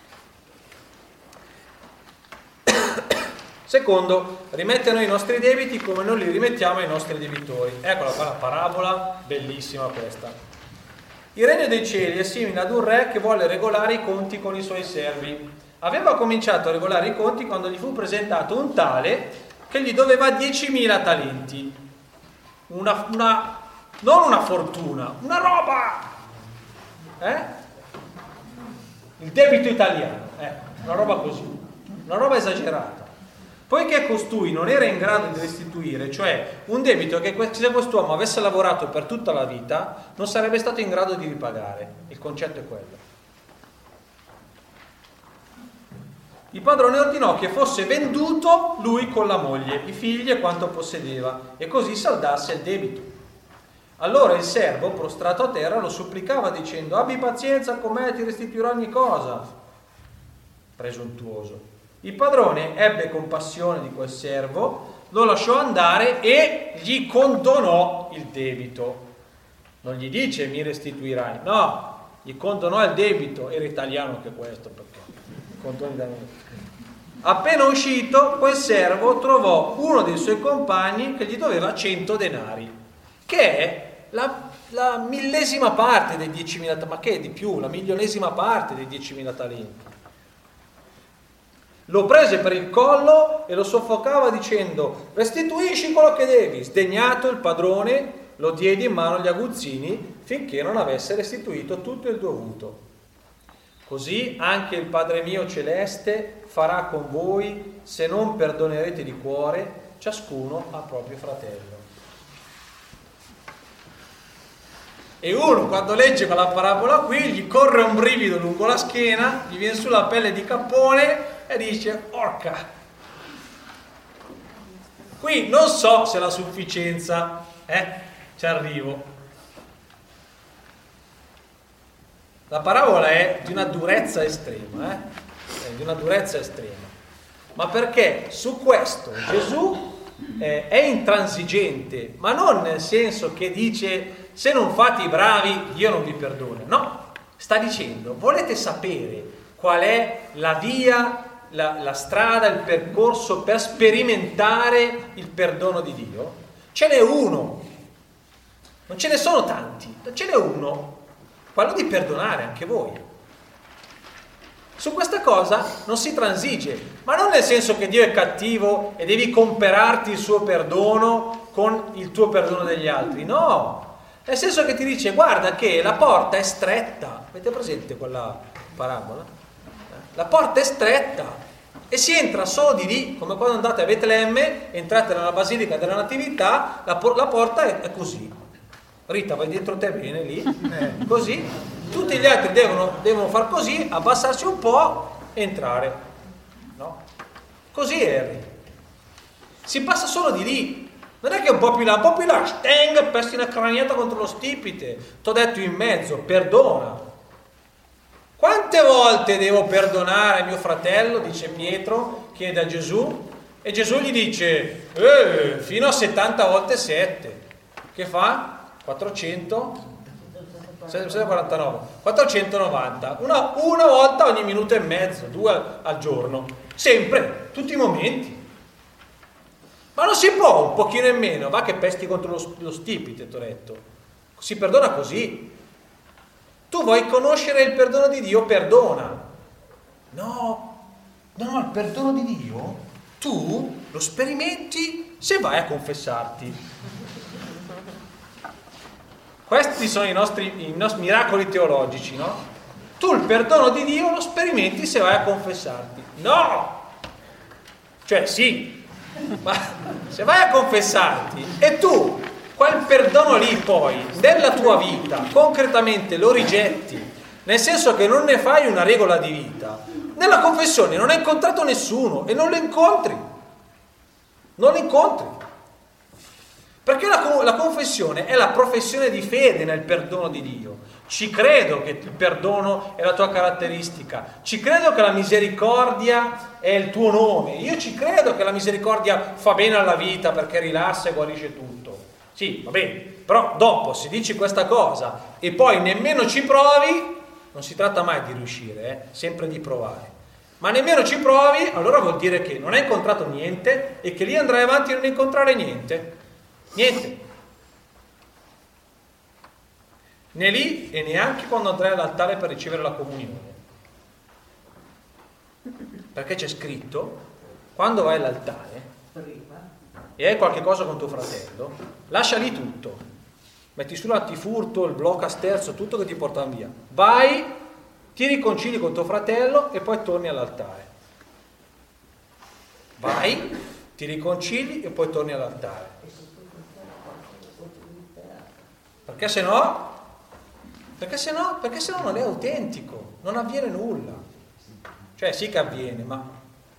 Secondo, rimettere noi i nostri debiti come noi li rimettiamo ai nostri debitori. Eccola qua la parabola, bellissima questa. Il regno dei cieli è simile ad un re che vuole regolare i conti con i suoi servi. Aveva cominciato a regolare i conti quando gli fu presentato un tale che gli doveva diecimila talenti. Una, una, non una fortuna, una roba! Eh? Il debito italiano, eh, una roba così, una roba esagerata. Poiché costui non era in grado di restituire, cioè un debito che se quest'uomo avesse lavorato per tutta la vita, non sarebbe stato in grado di ripagare. Il concetto è quello. Il padrone ordinò che fosse venduto lui con la moglie, i figli e quanto possedeva, e così saldasse il debito. Allora il servo, prostrato a terra, lo supplicava dicendo: abbi pazienza con me, ti restituirò ogni cosa. Presuntuoso. Il padrone ebbe compassione di quel servo, lo lasciò andare e gli condonò il debito. Non gli dice mi restituirai, no, gli condonò il debito. Era italiano anche questo, perché appena uscito quel servo trovò uno dei suoi compagni che gli doveva cento denari, che è la, la millesima parte dei diecimila, ma che è di più, la milionesima parte dei diecimila talenti. Lo prese per il collo e lo soffocava dicendo: restituisci quello che devi. Sdegnato il padrone lo diede in mano agli aguzzini finché non avesse restituito tutto il dovuto. Così anche il Padre mio celeste farà con voi se non perdonerete di cuore ciascuno a proprio fratello. E uno quando legge quella parabola qui gli corre un brivido lungo la schiena, gli viene sulla pelle di cappone e dice: orca, qui non so se la sufficienza, eh, ci arrivo. La parabola è di una durezza estrema, eh? È di una durezza estrema. Ma perché su questo Gesù eh, è intransigente, ma non nel senso che dice: se non fate i bravi Dio non vi perdona. No, sta dicendo: volete sapere qual è la via, la, la strada, il percorso per sperimentare il perdono di Dio? Ce n'è uno, non ce ne sono tanti, ce n'è uno, quello di perdonare anche voi. Su questa cosa non si transige, ma non nel senso che Dio è cattivo e devi comperarti il suo perdono con il tuo perdono degli altri, no, nel senso che ti dice: guarda che la porta è stretta. Avete presente quella parabola? La porta è stretta e si entra solo di lì, come quando andate a Betlemme, entrate nella Basilica della Natività, la, por- la porta è, è così. Rita, vai dietro te bene lì, eh, così, tutti gli altri devono, devono far così, abbassarsi un po' e entrare, no? Così Harry. Si passa solo di lì, non è che un po' più là, un po' più là, steng, pesti una craniata contro lo stipite, t'ho detto in mezzo, perdona. Quante volte devo perdonare mio fratello, dice Pietro, chiede a Gesù, e Gesù gli dice, eh, fino a settanta volte sette, che fa? quattrocento, settecentoquarantanove, quattrocentonovanta, una, una volta ogni minuto e mezzo, due al giorno, sempre, tutti i momenti. Ma non si può un pochino in meno, va che pesti contro lo, lo stipite, t'ho detto. Si perdona così. Tu vuoi conoscere il perdono di Dio? Perdona. No, no, no, il perdono di Dio tu lo sperimenti se vai a confessarti. Questi sono i nostri, i nostri miracoli teologici, no? Tu il perdono di Dio lo sperimenti se vai a confessarti. No! Cioè sì, ma se vai a confessarti e tu quel perdono lì poi nella tua vita concretamente lo rigetti, nel senso che non ne fai una regola di vita, nella confessione non hai incontrato nessuno e non lo incontri. Non lo incontri. Perché la, la confessione è la professione di fede nel perdono di Dio. Ci credo che il perdono è la tua caratteristica, ci credo che la misericordia è il tuo nome, io ci credo che la misericordia fa bene alla vita perché rilassa e guarisce tutto. Sì, va bene, però dopo se dici questa cosa e poi nemmeno ci provi, non si tratta mai di riuscire, eh? Sempre di provare. Ma nemmeno ci provi, allora vuol dire che non hai incontrato niente e che lì andrai avanti a non incontrare niente. Niente. Né lì e neanche quando andrai all'altare per ricevere la comunione. Perché c'è scritto, quando vai all'altare e hai qualche cosa con tuo fratello, lascia lì tutto. Metti su l'antifurto, il blocco a sterzo, tutto che ti portano via. Vai, ti riconcili con tuo fratello e poi torni all'altare. Vai, ti riconcili e poi torni all'altare. Perché se no, perché se no, perché se no non è autentico, non avviene nulla. Cioè sì che avviene, ma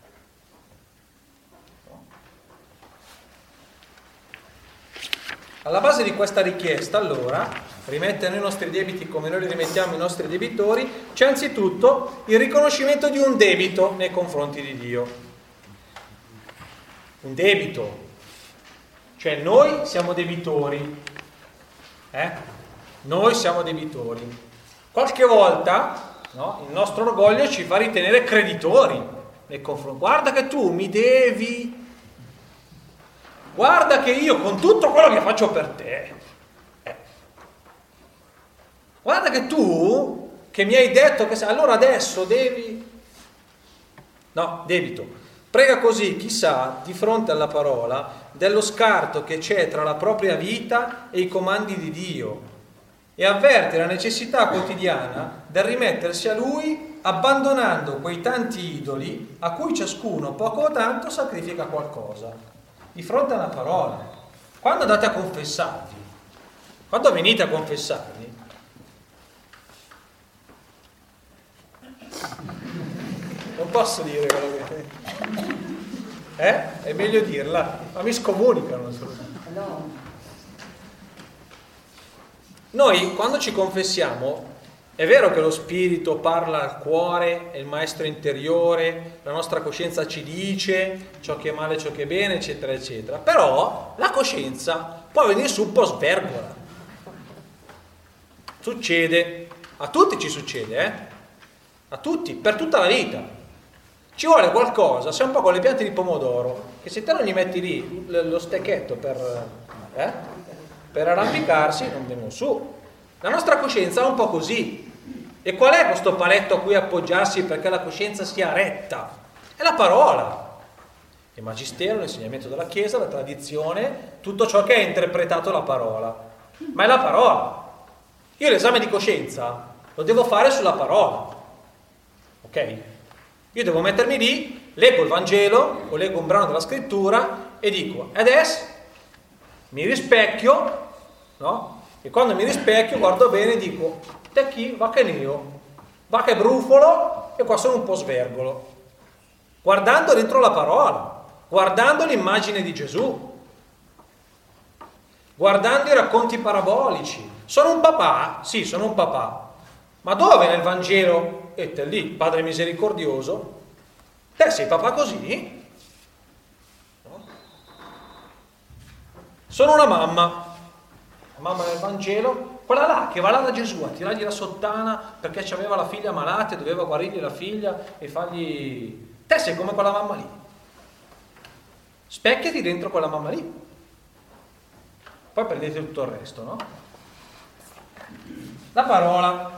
alla base di questa richiesta, allora, rimettere i nostri debiti come noi li rimettiamo ai nostri debitori, c'è anzitutto il riconoscimento di un debito nei confronti di Dio. Un debito. Cioè noi siamo debitori. Eh? Noi siamo debitori. Qualche volta, no, il nostro orgoglio ci fa ritenere creditori nei confronti. Guarda che tu mi devi... Guarda che io con tutto quello che faccio per te, eh. Guarda che tu che mi hai detto che allora adesso devi, no, debito. Prega così, chissà, di fronte alla parola, dello scarto che c'è tra la propria vita e i comandi di Dio e avverte la necessità quotidiana del rimettersi a Lui abbandonando quei tanti idoli a cui ciascuno poco o tanto sacrifica qualcosa. Di fronte alla parola, quando andate a confessarvi, quando venite a confessarvi, non posso dire quello che... Eh? È meglio dirla, ma mi scomunicano. Noi, quando ci confessiamo, è vero che lo spirito parla al cuore, è il maestro interiore, la nostra coscienza ci dice ciò che è male, ciò che è bene, eccetera, eccetera. Però la coscienza può venire su un po' svergola. Succede, a tutti ci succede, eh? A tutti, per tutta la vita. Ci vuole qualcosa, sei un po' con le piante di pomodoro, che se te non gli metti lì lo stecchetto per, eh, per arrampicarsi, non vengono su. La nostra coscienza è un po' così. E qual è questo paletto a cui appoggiarsi perché la coscienza sia retta? È la parola. Il magistero, l'insegnamento della Chiesa, la tradizione, tutto ciò che è interpretato la parola. Ma è la parola. Io l'esame di coscienza lo devo fare sulla parola. Ok? Io devo mettermi lì, leggo il Vangelo o leggo un brano della scrittura e dico, adesso mi rispecchio, no? E quando mi rispecchio guardo bene e dico, te chi? Va che neo, va che brufolo e qua sono un po' svergolo. Guardando dentro la parola, guardando l'immagine di Gesù, guardando i racconti parabolici. Sono un papà? Sì, sono un papà. Ma dove nel Vangelo? E te lì, Padre misericordioso, te sei papà così? No? Sono una mamma. Mamma nel Vangelo, quella là che va là da Gesù a tirargli la sottana perché aveva la figlia malata e doveva guarirgli la figlia e fargli... Te sei come quella mamma lì. Specchiati dentro quella mamma lì. Poi prendete tutto il resto, no? La parola,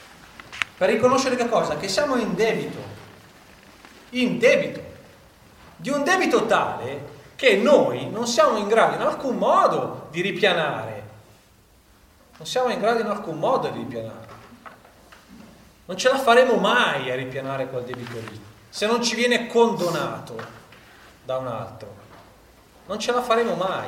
per riconoscere che cosa? Che siamo in debito. In debito. di un debito tale che noi non siamo in grado in alcun modo di ripianare. Non siamo in grado in alcun modo di ripianare. Non ce la faremo mai a ripianare quel debito lì, se non ci viene condonato da un altro. Non ce la faremo mai.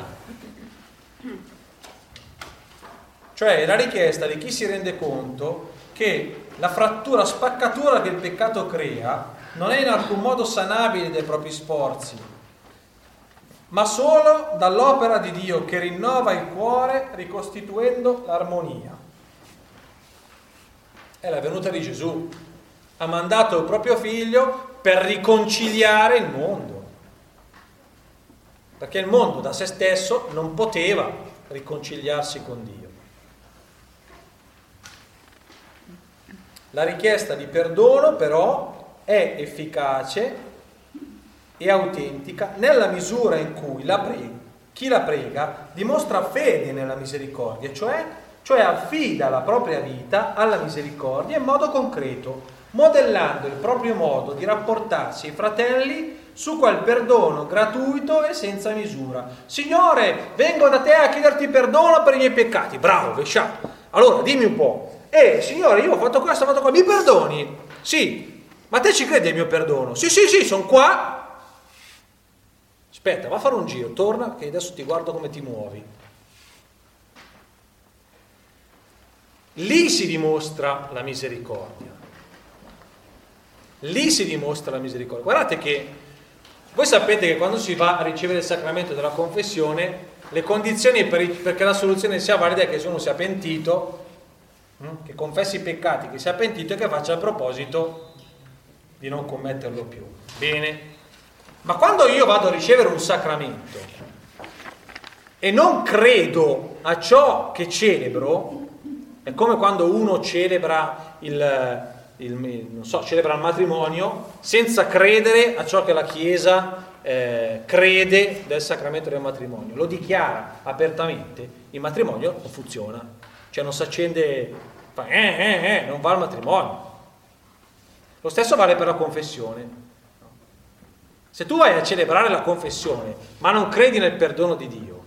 Cioè è la richiesta di chi si rende conto che la frattura, spaccatura che il peccato crea non è in alcun modo sanabile dai propri sforzi, ma solo dall'opera di Dio che rinnova il cuore ricostituendo l'armonia. È la venuta di Gesù. Ha mandato il proprio figlio per riconciliare il mondo. Perché il mondo da se stesso non poteva riconciliarsi con Dio. La richiesta di perdono però è efficace e autentica nella misura in cui la pre- chi la prega dimostra fede nella misericordia, cioè, cioè affida la propria vita alla misericordia in modo concreto, modellando il proprio modo di rapportarsi ai fratelli su quel perdono gratuito e senza misura. Signore, vengo da te a chiederti perdono per i miei peccati. Bravo, Vescià. Allora, dimmi un po'. Eh, Signore, io ho fatto questo, ho fatto questo. Mi perdoni? Sì. Ma te ci credi al mio perdono? Sì, sì, sì, sono qua. Aspetta, va a fare un giro, torna, che adesso ti guardo come ti muovi. Lì si dimostra la misericordia. Lì si dimostra la misericordia. Guardate che voi sapete che quando si va a ricevere il sacramento della confessione, le condizioni per, perché la soluzione sia valida è che se uno sia pentito, che confessi i peccati, che sia pentito e che faccia il proposito di non commetterlo più. Bene. Ma quando io vado a ricevere un sacramento e non credo a ciò che celebro, è come quando uno celebra il, il, non so, celebra il matrimonio senza credere a ciò che la Chiesa eh, crede del sacramento del matrimonio. Lo dichiara apertamente, il matrimonio non funziona, cioè non si accende, fa, eh, eh, eh, non va al matrimonio. Lo stesso vale per la confessione. Se tu vai a celebrare la confessione ma non credi nel perdono di Dio,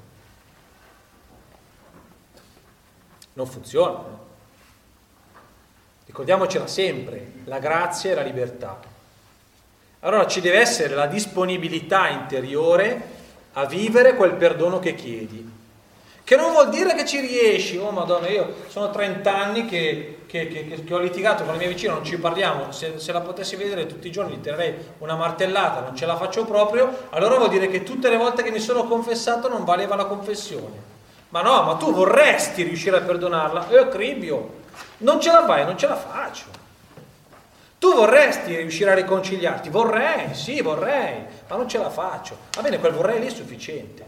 non funziona. Ricordiamocela sempre, la grazia e la libertà. Allora ci deve essere la disponibilità interiore a vivere quel perdono che chiedi, che non vuol dire che ci riesci. Oh Madonna, io sono trent'anni che, che, che, che ho litigato con la mia vicina, non ci parliamo, se, se la potessi vedere tutti i giorni gli tirerei una martellata, non ce la faccio proprio. Allora vuol dire che tutte le volte che mi sono confessato non valeva la confessione. Ma no, ma tu vorresti riuscire a perdonarla? Io cribio, non ce la fai, non ce la faccio. Tu vorresti riuscire a riconciliarti? Vorrei, sì, vorrei, ma non ce la faccio. Va bene, quel vorrei lì è sufficiente.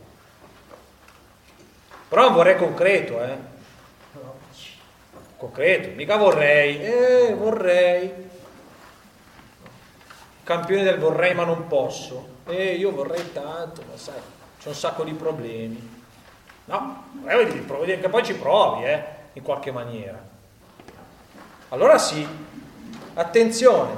Però un vorrei concreto, eh? Concreto, mica vorrei, eh, vorrei. Campione del vorrei ma non posso. Eh, io vorrei tanto, ma sai, c'è un sacco di problemi. No, vuol dire che poi ci provi, eh, in qualche maniera. Allora sì, attenzione,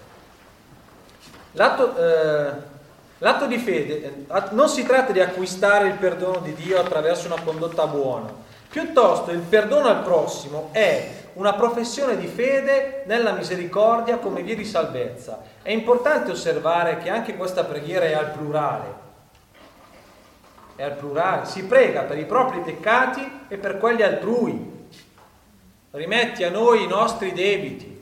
l'atto, eh, l'atto di fede eh, non si tratta di acquistare il perdono di Dio attraverso una condotta buona, piuttosto il perdono al prossimo è una professione di fede nella misericordia come via di salvezza. È importante osservare che anche questa preghiera è al plurale. È al plurale, si prega per i propri peccati e per quelli altrui. Rimetti a noi i nostri debiti.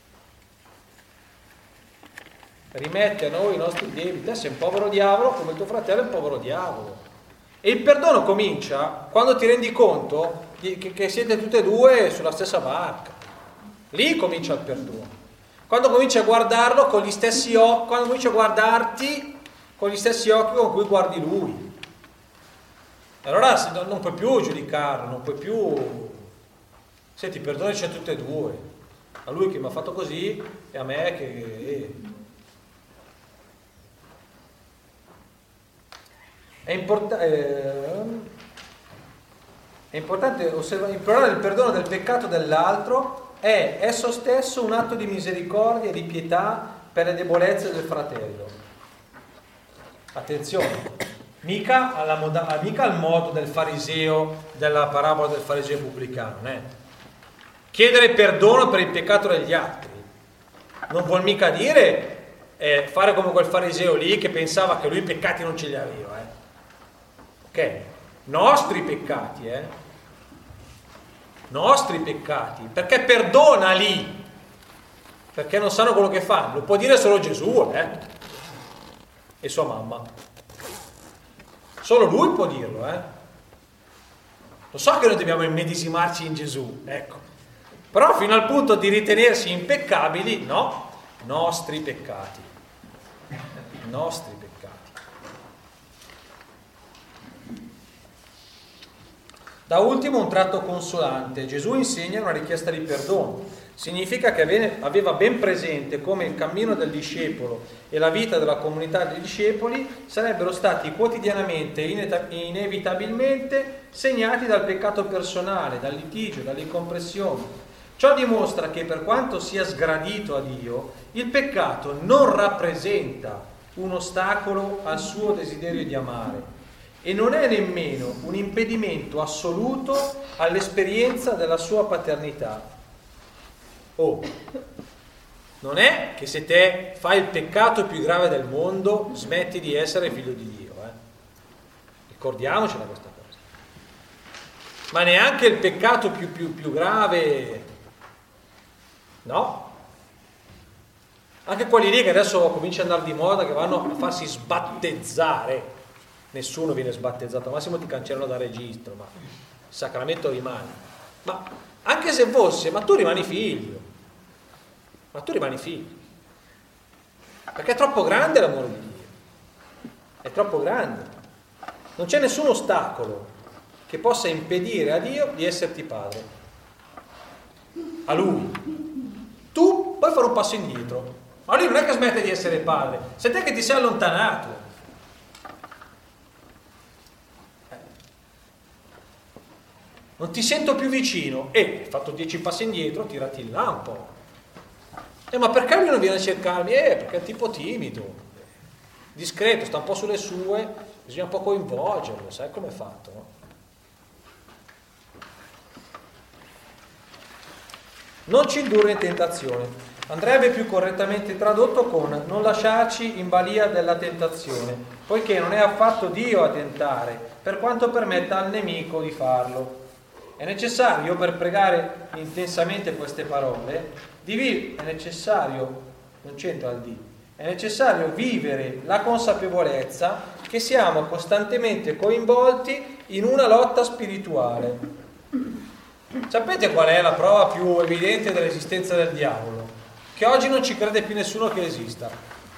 Rimetti a noi i nostri debiti. Te sei un povero diavolo come il tuo fratello è un povero diavolo. E il perdono comincia quando ti rendi conto che, che siete tutte e due sulla stessa barca. Lì comincia il perdono. Quando cominci a guardarlo con gli stessi occhi, quando cominci a guardarti con gli stessi occhi con cui guardi lui. Allora non puoi più giudicarlo, non puoi più... Senti, perdono c'è tutte e due. A lui che mi ha fatto così e a me che... Eh. È, import- eh... è importante osservare, implorare il perdono del peccato dell'altro è esso stesso un atto di misericordia e di pietà per le debolezze del fratello. Attenzione, mica, alla moda, mica al modo del fariseo, della parabola del fariseo pubblicano, eh? Chiedere perdono per il peccato degli altri non vuol mica dire eh, fare come quel fariseo lì che pensava che lui i peccati non ce li aveva, eh? Ok, nostri peccati, eh? Nostri peccati, perché perdona lì, perché non sanno quello che fanno. Lo può dire solo Gesù, eh? E sua mamma. Solo lui può dirlo, eh? Lo so che noi dobbiamo immedesimarci in Gesù, ecco. Però fino al punto di ritenersi impeccabili, no, nostri peccati. Nostri peccati. Da ultimo un tratto consolante. Gesù insegna una richiesta di perdono. Significa che aveva ben presente come il cammino del discepolo e la vita della comunità dei discepoli sarebbero stati quotidianamente, inevitabilmente segnati dal peccato personale, dal litigio, dalle incompressioni. Ciò dimostra che per quanto sia sgradito a Dio, il peccato non rappresenta un ostacolo al suo desiderio di amare e non è nemmeno un impedimento assoluto all'esperienza della sua paternità. Oh, non è che se te fai il peccato più grave del mondo smetti di essere figlio di Dio, eh? Ricordiamocela questa cosa. Ma neanche il peccato più, più, più grave, no? Anche quelli lì che adesso comincia ad andare di moda, che vanno a farsi sbattezzare, nessuno viene sbattezzato, al massimo ti cancellano da registro, ma il sacramento rimane. Ma anche se fosse, ma tu rimani figlio. Ma tu rimani figlio, perché è troppo grande l'amore di Dio, è troppo grande, non c'è nessun ostacolo che possa impedire a Dio di esserti padre, a Lui. Tu puoi fare un passo indietro, ma Lui non è che smette di essere padre, sei te che ti sei allontanato. Non ti sento più vicino e hai fatto dieci passi indietro, tirati là un po'. Eh, ma perché lui non viene a cercarmi? Eh, perché è tipo timido, discreto, sta un po' sulle sue, bisogna un po' coinvolgerlo, sai com'è fatto, no? Non ci indurre in tentazione. Andrebbe più correttamente tradotto con non lasciarci in balia della tentazione, poiché non è affatto Dio a tentare, per quanto permetta al nemico di farlo. È necessario, per pregare intensamente queste parole, di vi- è necessario, non c'entra il di, è necessario vivere la consapevolezza che siamo costantemente coinvolti in una lotta spirituale. Sapete qual è la prova più evidente dell'esistenza del diavolo? Che oggi non ci crede più nessuno che esista.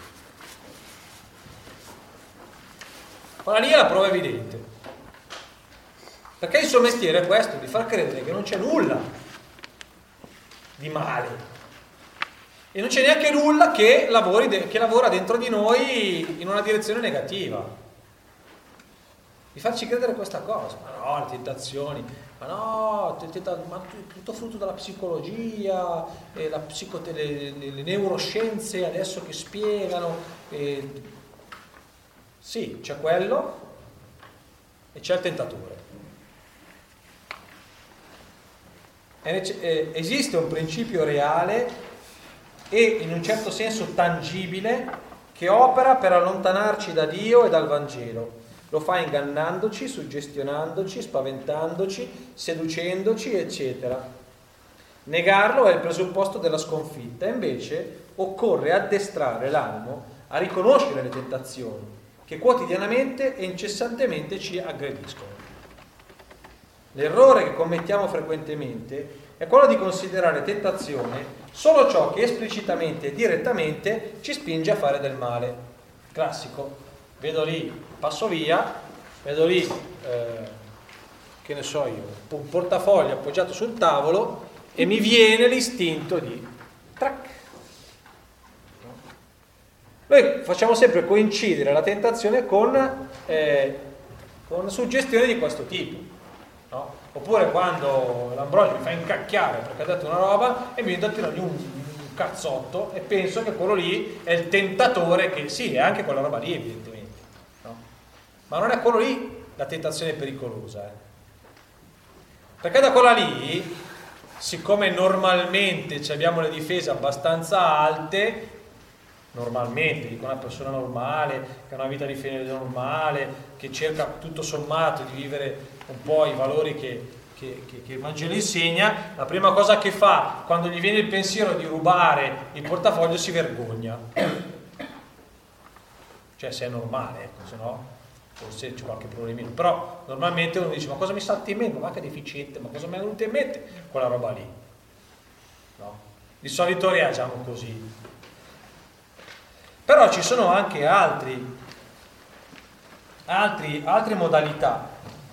Quella lì è la prova evidente. Perché il suo mestiere è questo, di far credere che non c'è nulla di male e non c'è neanche nulla che, lavori de- che lavora dentro di noi in una direzione negativa, di farci credere questa cosa. Ma no, le tentazioni, ma no, t- t- ma tutto frutto della psicologia, e la psico- le, le, le neuroscienze adesso che spiegano. E... Sì, c'è quello e c'è il tentatore. Esiste un principio reale e in un certo senso tangibile che opera per allontanarci da Dio e dal Vangelo. Lo fa ingannandoci, suggestionandoci, spaventandoci, seducendoci, eccetera. Negarlo è il presupposto della sconfitta, invece occorre addestrare l'animo a riconoscere le tentazioni che quotidianamente e incessantemente ci aggrediscono. L'errore che commettiamo frequentemente è quello di considerare tentazione solo ciò che esplicitamente e direttamente ci spinge a fare del male. Classico, vedo lì, passo via, vedo lì, eh, che ne so io, un portafoglio appoggiato sul tavolo e mi viene l'istinto di trac. Noi facciamo sempre coincidere la tentazione con, eh, con suggestioni di questo tipo. No? Oppure quando l'Ambrogio mi fa incacchiare perché ha detto una roba e mi viene da tirargli un, un cazzotto e penso che quello lì è il tentatore, che sì, è anche quella roba lì evidentemente, ma non è quello lì la tentazione pericolosa, eh. Perché da quella lì, siccome normalmente abbiamo le difese abbastanza alte, normalmente, dico una persona normale, che ha una vita di fede normale, che cerca tutto sommato di vivere un po' i valori che, che, che, che il Vangelo insegna, la prima cosa che fa quando gli viene il pensiero di rubare il portafoglio si vergogna. Cioè, se è normale, ecco, se no forse c'è qualche problemino, però normalmente uno dice: ma cosa mi salta in mente? Ma che deficiente, ma cosa mi è venuto in mente? Quella roba lì, no? Di solito reagiamo così. Però ci sono anche altri, altri, altre modalità: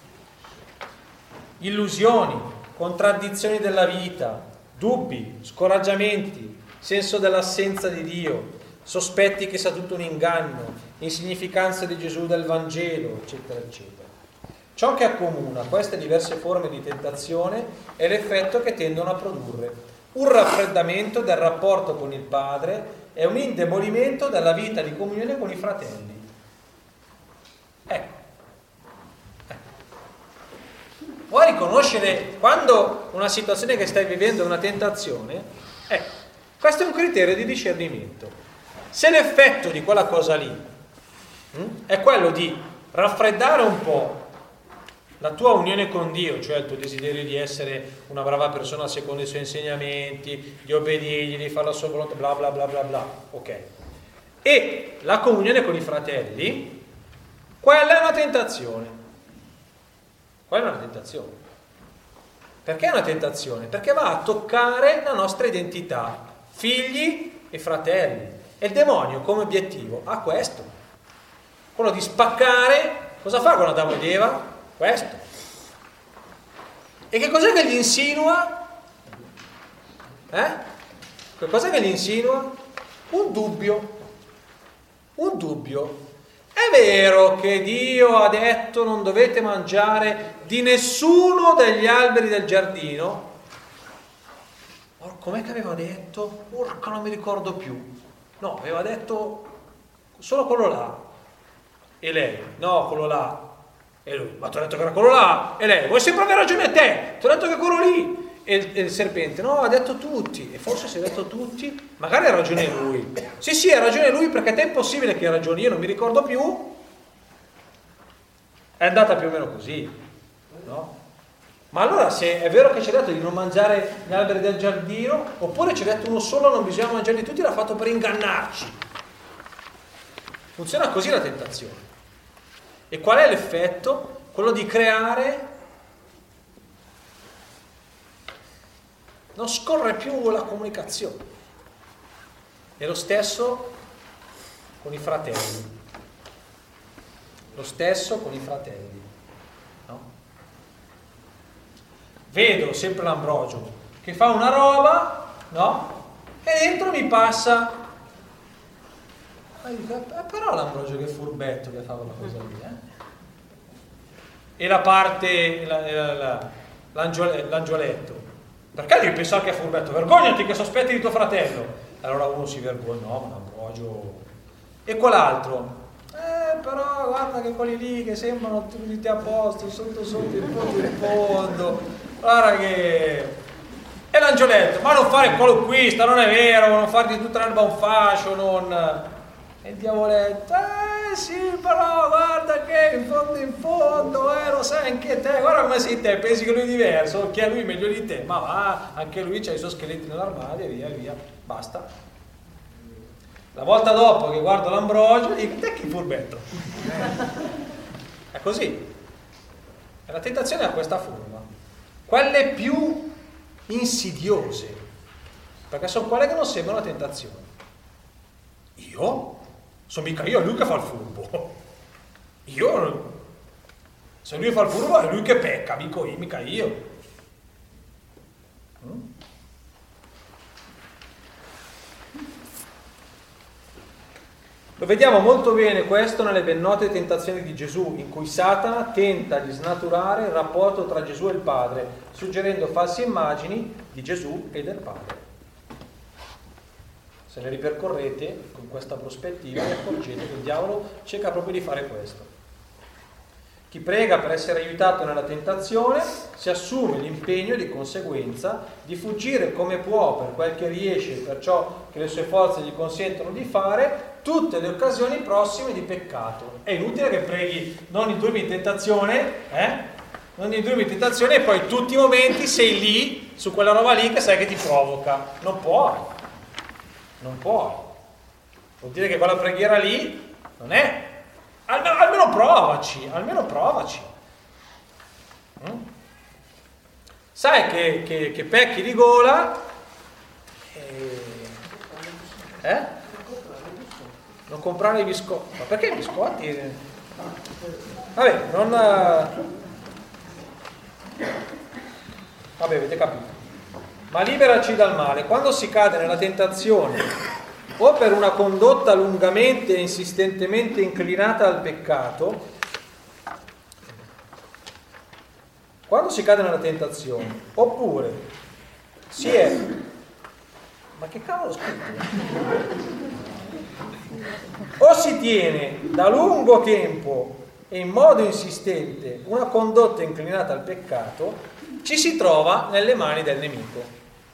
illusioni, contraddizioni della vita, dubbi, scoraggiamenti, senso dell'assenza di Dio, sospetti che sia tutto un inganno, insignificanza di Gesù, del Vangelo, eccetera, eccetera. Ciò che accomuna queste diverse forme di tentazione è l'effetto che tendono a produrre: un raffreddamento del rapporto con il Padre e un indebolimento della vita di comunione con i fratelli. Ecco. Vuoi riconoscere quando una situazione che stai vivendo è una tentazione? Ecco, questo è un criterio di discernimento. Se l'effetto di quella cosa lì mh, è quello di raffreddare un po' la tua unione con Dio, cioè il tuo desiderio di essere una brava persona secondo i suoi insegnamenti, di obbedirgli, di fare la sua volontà, bla bla bla bla bla, ok, e la comunione con i fratelli, quella è una tentazione. Quella è una tentazione. Perché è una tentazione? Perché va a toccare la nostra identità, figli e fratelli. E il demonio come obiettivo ha questo, quello di spaccare. Cosa fa con Adamo ed Eva? Questo. E che cos'è che gli insinua? Eh? Che cos'è che gli insinua? Un dubbio. Un dubbio. È vero che Dio ha detto non dovete mangiare di nessuno degli alberi del giardino? Or, com'è che aveva detto? Porca, non mi ricordo più. No, aveva detto solo quello là. E lei? No, quello là. E lui? Ma ti ho detto che era quello là. E lei? Vuoi sempre avere ragione te? Ti ho detto che è quello lì. E il, e il serpente? No, ha detto tutti. E forse se ha detto tutti, magari ha ragione lui. Sì, sì, ha ragione lui, perché te è impossibile che ha ragione. Io non mi ricordo più. È andata più o meno così, no? Ma allora, se è vero che ci ha detto di non mangiare gli alberi del giardino, oppure ci ha detto uno solo, non bisogna mangiarli tutti, l'ha fatto per ingannarci. Funziona così la tentazione. E qual è l'effetto? Quello di creare, non scorre più la comunicazione. E lo stesso con i fratelli. Lo stesso con i fratelli. No? Vedo sempre l'Ambrogio che fa una roba, no? E dentro mi passa. Eh, però l'Ambrogio che furbetto che fa quella cosa lì, eh? E la parte, la, la, la, l'angioletto. Perché devi pensare che è furbetto? Vergognati che sospetti di tuo fratello. Allora uno si vergogna, no, ma l'Ambrogio. E quell'altro. Eh, però guarda che quelli lì che sembrano tutti a posto, sotto sotto, in fondo in fondo. Guarda che... E l'angioletto, ma non fare quello qui, sta non è vero, non farti tutta l'erba un fascio, non... E il diavoletto, eh sì, però guarda che in fondo in fondo, eh, lo sai anche te, guarda come sei te, pensi che lui è diverso, che a lui è meglio di te, ma va, anche lui c'ha i suoi scheletri nell'armadio e via via, basta. La volta dopo che guardo l'Ambrogio dico, te che furbetto. È così. E la tentazione ha questa forma. Quelle più insidiose, perché sono quelle che non sembrano una tentazione. Io? Sono mica io, è lui che fa il furbo. Io? Se lui fa il furbo è lui che pecca, mica io. Mica io. Mm? Lo vediamo molto bene questo nelle ben note tentazioni di Gesù, in cui Satana tenta di snaturare il rapporto tra Gesù e il Padre, suggerendo false immagini di Gesù e del Padre. Se le ripercorrete con questa prospettiva vi accorgete che il diavolo cerca proprio di fare questo. Chi prega per essere aiutato nella tentazione si assume l'impegno di conseguenza di fuggire come può, per quel che riesce, per ciò che le sue forze gli consentono di fare, tutte le occasioni prossime di peccato. È inutile che preghi non indurmi in tentazione, eh? Non indurmi in tentazione e poi tutti i momenti sei lì, su quella roba lì che sai che ti provoca. Non puoi. Non puoi. Vuol dire che quella preghiera lì non è... Almeno, almeno provaci, almeno provaci. Mm? Sai che, che, che pecchi di gola e... eh? Non comprare i biscotti. Ma perché i biscotti? Vabbè, non... Vabbè, avete capito. Ma liberaci dal male. Quando si cade nella tentazione o per una condotta lungamente e insistentemente inclinata al peccato, quando si cade nella tentazione, oppure si è... Ma che cavolo ho scritto? O si tiene da lungo tempo e in modo insistente una condotta inclinata al peccato, ci si trova nelle mani del nemico.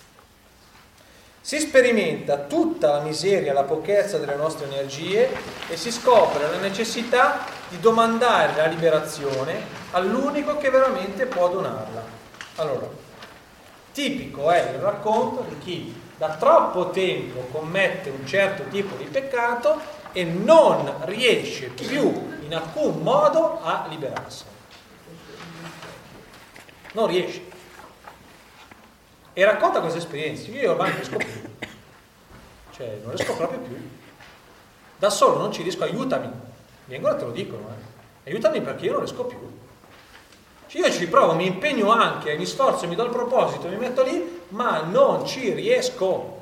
Si sperimenta tutta la miseria e la pochezza delle nostre energie e si scopre la necessità di domandare la liberazione all'unico che veramente può donarla. Allora, tipico è il racconto di chi da troppo tempo commette un certo tipo di peccato e non riesce più in alcun modo a liberarsi. Non riesce. E racconta queste esperienze. Io ormai non riesco più. Cioè, non riesco proprio più. Da solo non ci riesco, aiutami. Vengono e te lo dicono, eh. Aiutami perché io non riesco più. Cioè, io ci provo, mi impegno anche, mi sforzo, mi do il proposito, mi metto lì, ma non ci riesco.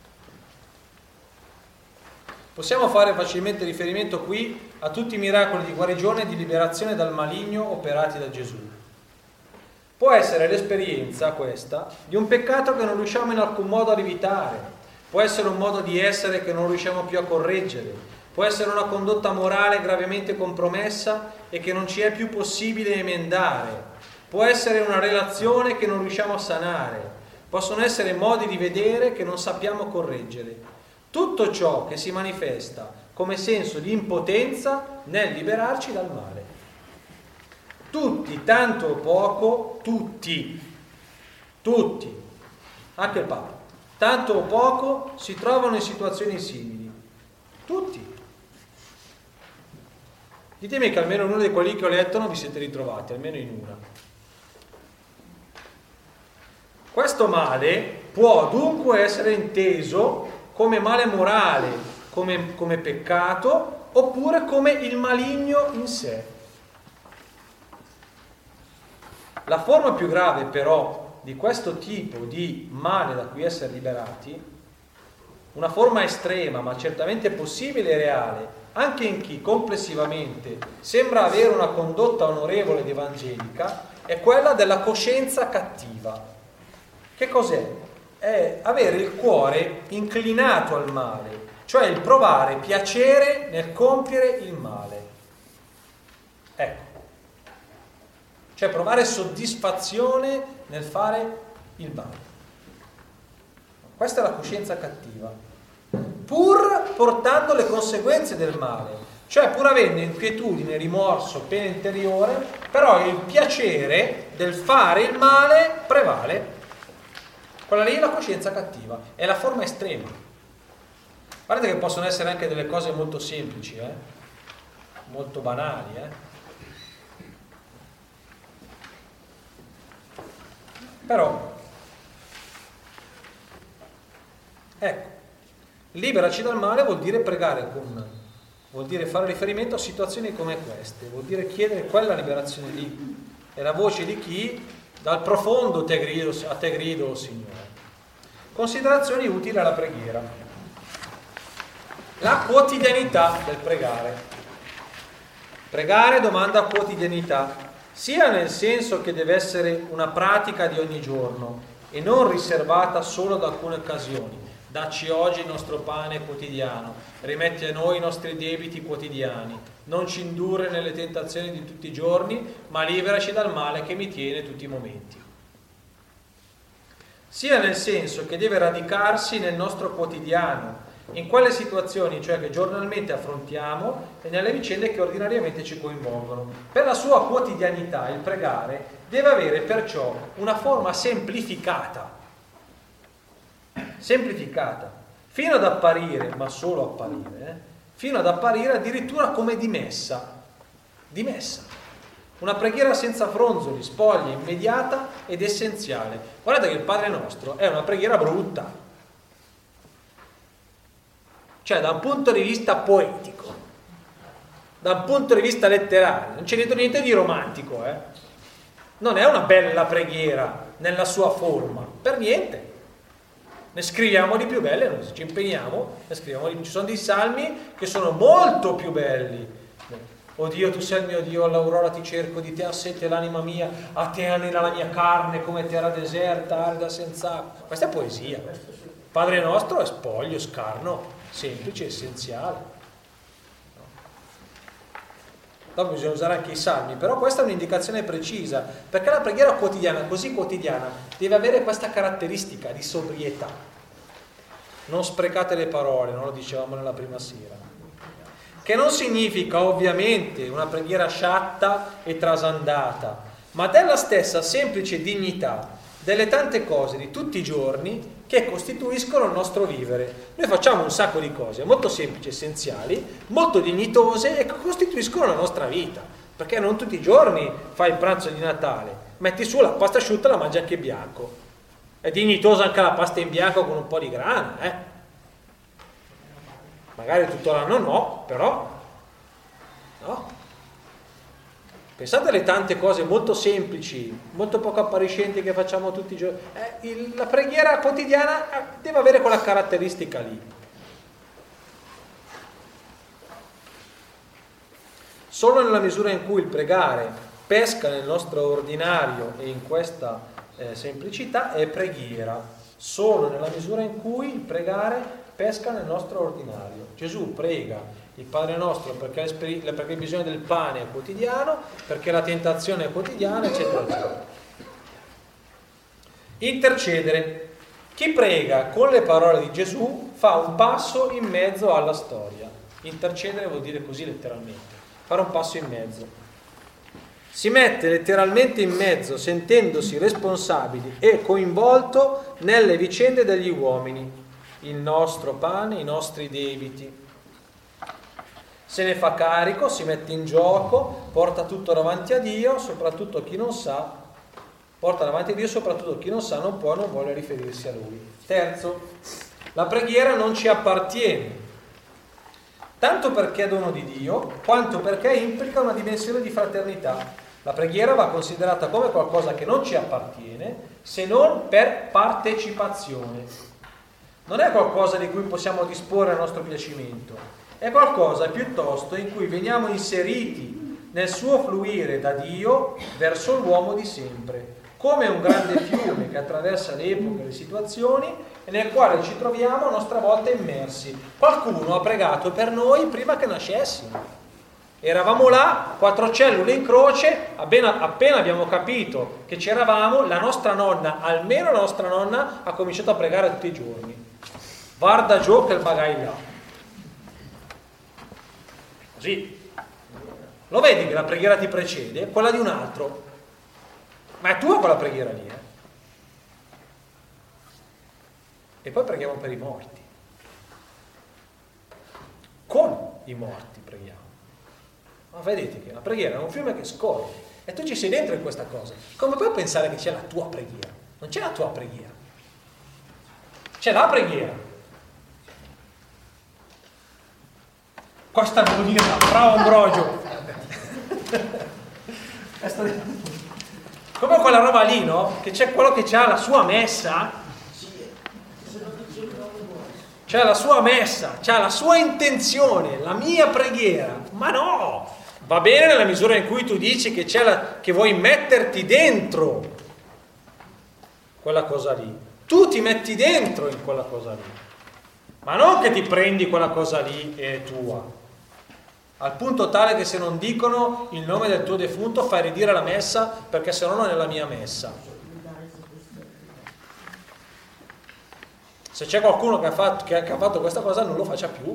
Possiamo fare facilmente riferimento qui a tutti i miracoli di guarigione e di liberazione dal maligno operati da Gesù. Può essere l'esperienza questa di un peccato che non riusciamo in alcun modo a evitare, può essere un modo di essere che non riusciamo più a correggere, può essere una condotta morale gravemente compromessa e che non ci è più possibile emendare, può essere una relazione che non riusciamo a sanare, possono essere modi di vedere che non sappiamo correggere. Tutto ciò che si manifesta come senso di impotenza nel liberarci dal male. Tutti, tanto o poco, tutti, tutti, anche il Papa, tanto o poco si trovano in situazioni simili. Tutti. Ditemi che almeno in uno di quelli che ho letto non vi siete ritrovati, almeno in una. Questo male può dunque essere inteso come male morale, come, come peccato, oppure come il maligno in sé. La forma più grave però di questo tipo di male da cui essere liberati, una forma estrema ma certamente possibile e reale, anche in chi complessivamente sembra avere una condotta onorevole ed evangelica, è quella della coscienza cattiva. Che cos'è? È avere il cuore inclinato al male, cioè il provare piacere nel compiere il male. Ecco. Cioè provare soddisfazione nel fare il male. Questa è la coscienza cattiva. Pur portando le conseguenze del male, cioè pur avendo inquietudine, rimorso, pena interiore, però il piacere del fare il male prevale. Quella lì è la coscienza cattiva, è la forma estrema. Guardate che possono essere anche delle cose molto semplici, eh? Molto banali, eh? Però, ecco, liberaci dal male vuol dire pregare con, vuol dire fare riferimento a situazioni come queste, vuol dire chiedere quella liberazione lì. È la voce di chi dal profondo te grido, a te grido, oh Signore. Considerazioni utili alla preghiera. La quotidianità del pregare. Pregare domanda quotidianità, sia nel senso che deve essere una pratica di ogni giorno e non riservata solo ad alcune occasioni, dacci oggi il nostro pane quotidiano, rimetti a noi i nostri debiti quotidiani, non ci indurre nelle tentazioni di tutti i giorni, ma liberaci dal male che mi tiene tutti i momenti. Sia nel senso che deve radicarsi nel nostro quotidiano, in quelle situazioni, cioè che giornalmente affrontiamo, e nelle vicende che ordinariamente ci coinvolgono. Per la sua quotidianità il pregare deve avere perciò una forma semplificata, semplificata, fino ad apparire, ma solo apparire, eh, fino ad apparire addirittura come dimessa, dimessa. Una preghiera senza fronzoli, spoglie, immediata ed essenziale. Guardate che il Padre Nostro è una preghiera brutta. Cioè, da un punto di vista poetico, da un punto di vista letterario, non c'è niente, niente di romantico, eh? Non è una bella preghiera nella sua forma, per niente. Ne scriviamo di più belle, noi ci impegniamo, ne scriviamo di... ci sono dei salmi che sono molto più belli. O Dio, tu sei il mio Dio, all'aurora ti cerco, di te ha sete l'anima mia, a te anela la mia carne come terra deserta, arida senza acqua. Questa è poesia. Padre nostro è spoglio, scarno, semplice, essenziale. No. Dopo bisogna usare anche i salmi, però questa è un'indicazione precisa, perché la preghiera quotidiana, così quotidiana, deve avere questa caratteristica di sobrietà. Non sprecate le parole, non lo dicevamo nella prima sera. Che non significa ovviamente una preghiera sciatta e trasandata, ma della stessa semplice dignità delle tante cose di tutti i giorni che costituiscono il nostro vivere. Noi facciamo un sacco di cose molto semplici, essenziali, molto dignitose e che costituiscono la nostra vita, perché non tutti i giorni fai il pranzo di Natale, metti su la pasta asciutta e la mangi anche bianco. È dignitosa anche la pasta in bianco con un po' di grana, eh? Magari tutto l'anno no, però no. Pensate alle tante cose molto semplici, molto poco appariscenti che facciamo tutti i giorni. Eh, il, la preghiera quotidiana deve avere quella caratteristica lì. Solo nella misura in cui il pregare pesca nel nostro ordinario e in questa eh, semplicità è preghiera. Solo nella misura in cui il pregare pesca nel nostro ordinario. Gesù prega il Padre nostro perché, perché il bisogno del pane è quotidiano, perché la tentazione è quotidiana, eccetera, eccetera. Intercedere. Chi prega con le parole di Gesù fa un passo in mezzo alla storia. Intercedere vuol dire così letteralmente, fare un passo in mezzo. Si mette letteralmente in mezzo, sentendosi responsabili e coinvolto nelle vicende degli uomini. Il nostro pane, i nostri debiti. Se ne fa carico, si mette in gioco, porta tutto davanti a Dio, soprattutto chi non sa, porta davanti a Dio soprattutto chi non sa, non può, non vuole riferirsi a Lui. Terzo, la preghiera non ci appartiene, tanto perché è dono di Dio, quanto perché implica una dimensione di fraternità. La preghiera va considerata come qualcosa che non ci appartiene, se non per partecipazione. Non è qualcosa di cui possiamo disporre a nostro piacimento, è qualcosa piuttosto in cui veniamo inseriti nel suo fluire da Dio verso l'uomo di sempre, come un grande fiume che attraversa le epoche e le situazioni e nel quale ci troviamo a nostra volta immersi. Qualcuno ha pregato per noi prima che nascessimo. Eravamo là, quattro cellule in croce, appena, appena abbiamo capito che c'eravamo, la nostra nonna, almeno la nostra nonna, ha cominciato a pregare tutti i giorni. Guarda giù che il bagai là. Così. Lo vedi che la preghiera ti precede? Quella di un altro. Ma è tua quella preghiera lì, eh? E poi preghiamo per i morti. Con i morti preghiamo. Ma vedete che la preghiera è un fiume che scorre e tu ci sei dentro in questa cosa. Come puoi pensare che c'è la tua preghiera? Non c'è la tua preghiera. C'è la preghiera. Questa devo dire, bravo Ambrogio. Come quella roba lì, no? Che c'è quello che ha la sua messa, c'è la sua messa, c'ha la sua intenzione, la mia preghiera. Ma no! Va bene nella misura in cui tu dici che, c'è la, che vuoi metterti dentro quella cosa lì. Tu ti metti dentro in quella cosa lì. ma non che ti prendi quella cosa lì e è tua, al punto tale che se non dicono il nome del tuo defunto fai ridire la messa, perché se no non è la mia messa. Se c'è qualcuno che ha fatto, che ha fatto questa cosa, non lo faccia più,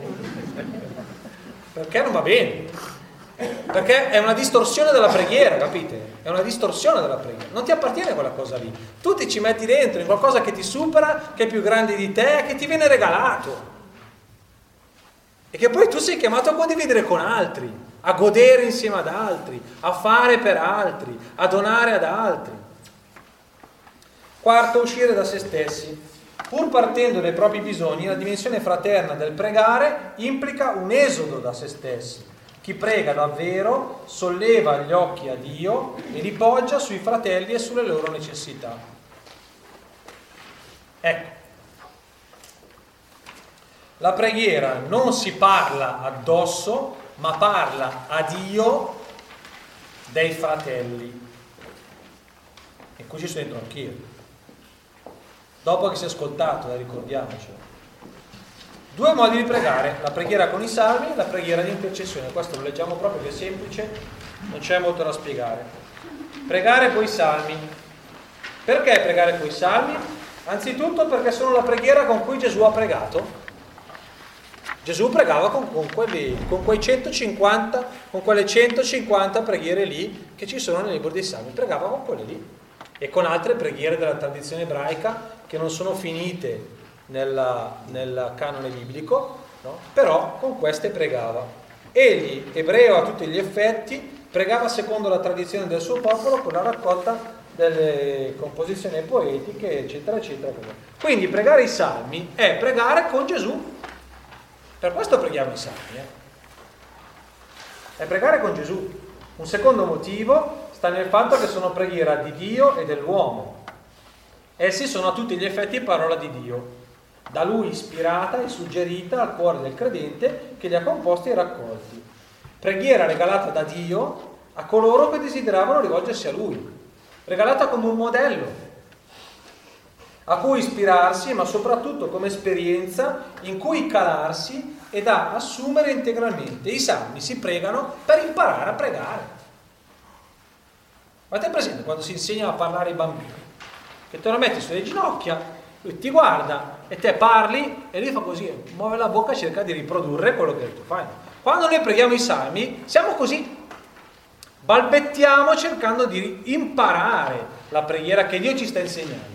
perché non va bene. Perché è una distorsione della preghiera, capite? È una distorsione della preghiera. Non ti appartiene quella cosa lì. Tu ti ci metti dentro in qualcosa che ti supera, che è più grande di te, che ti viene regalato. E che poi tu sei chiamato a condividere con altri, a godere insieme ad altri, a fare per altri, a donare ad altri. Quarto, uscire da se stessi. Pur partendo dai propri bisogni, la dimensione fraterna del pregare implica un esodo da se stessi. Chi prega davvero solleva gli occhi a Dio e li poggia sui fratelli e sulle loro necessità. Ecco, la preghiera non si parla addosso, ma parla a Dio dei fratelli. E qui ci sono dentro anch'io. Dopo che si è ascoltato, eh, ricordiamocelo. Due modi di pregare, la preghiera con i salmi e la preghiera di intercessione. Questo lo leggiamo proprio, che è semplice, non c'è molto da spiegare. Pregare con i salmi. Perché pregare con i salmi? Anzitutto perché sono la preghiera con cui Gesù ha pregato. Gesù pregava con, con, quelli, con quei centocinquanta, con quelle centocinquanta preghiere lì che ci sono nel libro dei salmi. Pregava con quelle lì e con altre preghiere della tradizione ebraica che non sono finite nella, nel canone biblico, no? Però con queste pregava. Egli, ebreo a tutti gli effetti, pregava secondo la tradizione del suo popolo con la raccolta delle composizioni poetiche, eccetera, eccetera. Quindi pregare i salmi è pregare con Gesù. Per questo preghiamo i salmi, eh? È pregare con Gesù. Un secondo motivo sta nel fatto che sono preghiera di Dio e dell'uomo. Essi sono a tutti gli effetti parola di Dio, da Lui ispirata e suggerita al cuore del credente che li ha composti e raccolti. Preghiera regalata da Dio a coloro che desideravano rivolgersi a Lui, regalata come un modello, a cui ispirarsi, ma soprattutto come esperienza in cui calarsi e da assumere integralmente. I salmi si pregano per imparare a pregare. Avete presente quando si insegna a parlare ai bambini? Che te lo metti sulle ginocchia, lui ti guarda e te parli e lui fa così, muove la bocca e cerca di riprodurre quello che tu fai. Quando noi preghiamo i salmi siamo così, balbettiamo cercando di imparare la preghiera che Dio ci sta insegnando.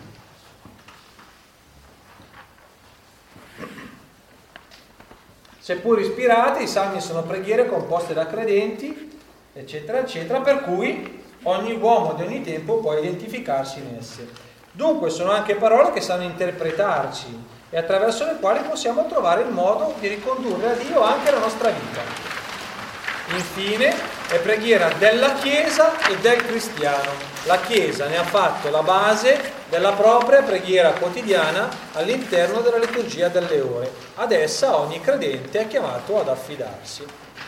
Seppur ispirate, i salmi sono preghiere composte da credenti, eccetera, eccetera, per cui ogni uomo di ogni tempo può identificarsi in esse. Dunque sono anche parole che sanno interpretarci e attraverso le quali possiamo trovare il modo di ricondurre a Dio anche la nostra vita. Infine, è preghiera della Chiesa e del cristiano. La Chiesa ne ha fatto la base della propria preghiera quotidiana all'interno della liturgia delle ore. Ad essa ogni credente è chiamato ad affidarsi.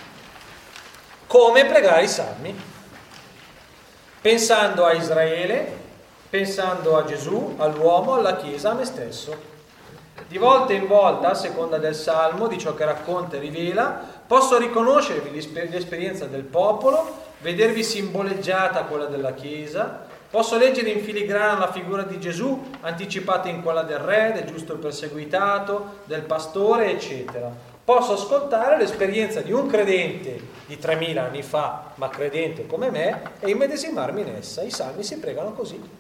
Come pregare i salmi? Pensando a Israele, pensando a Gesù, all'uomo, alla Chiesa, a me stesso. Di volta in volta, a seconda del salmo, di ciò che racconta e rivela, posso riconoscervi l'esperienza del popolo, vedervi simboleggiata quella della Chiesa, posso leggere in filigrana la figura di Gesù, anticipata in quella del re, del giusto perseguitato, del pastore, eccetera. Posso ascoltare l'esperienza di un credente di tremila anni fa, ma credente come me, e immedesimarmi in essa. I salmi si pregano così.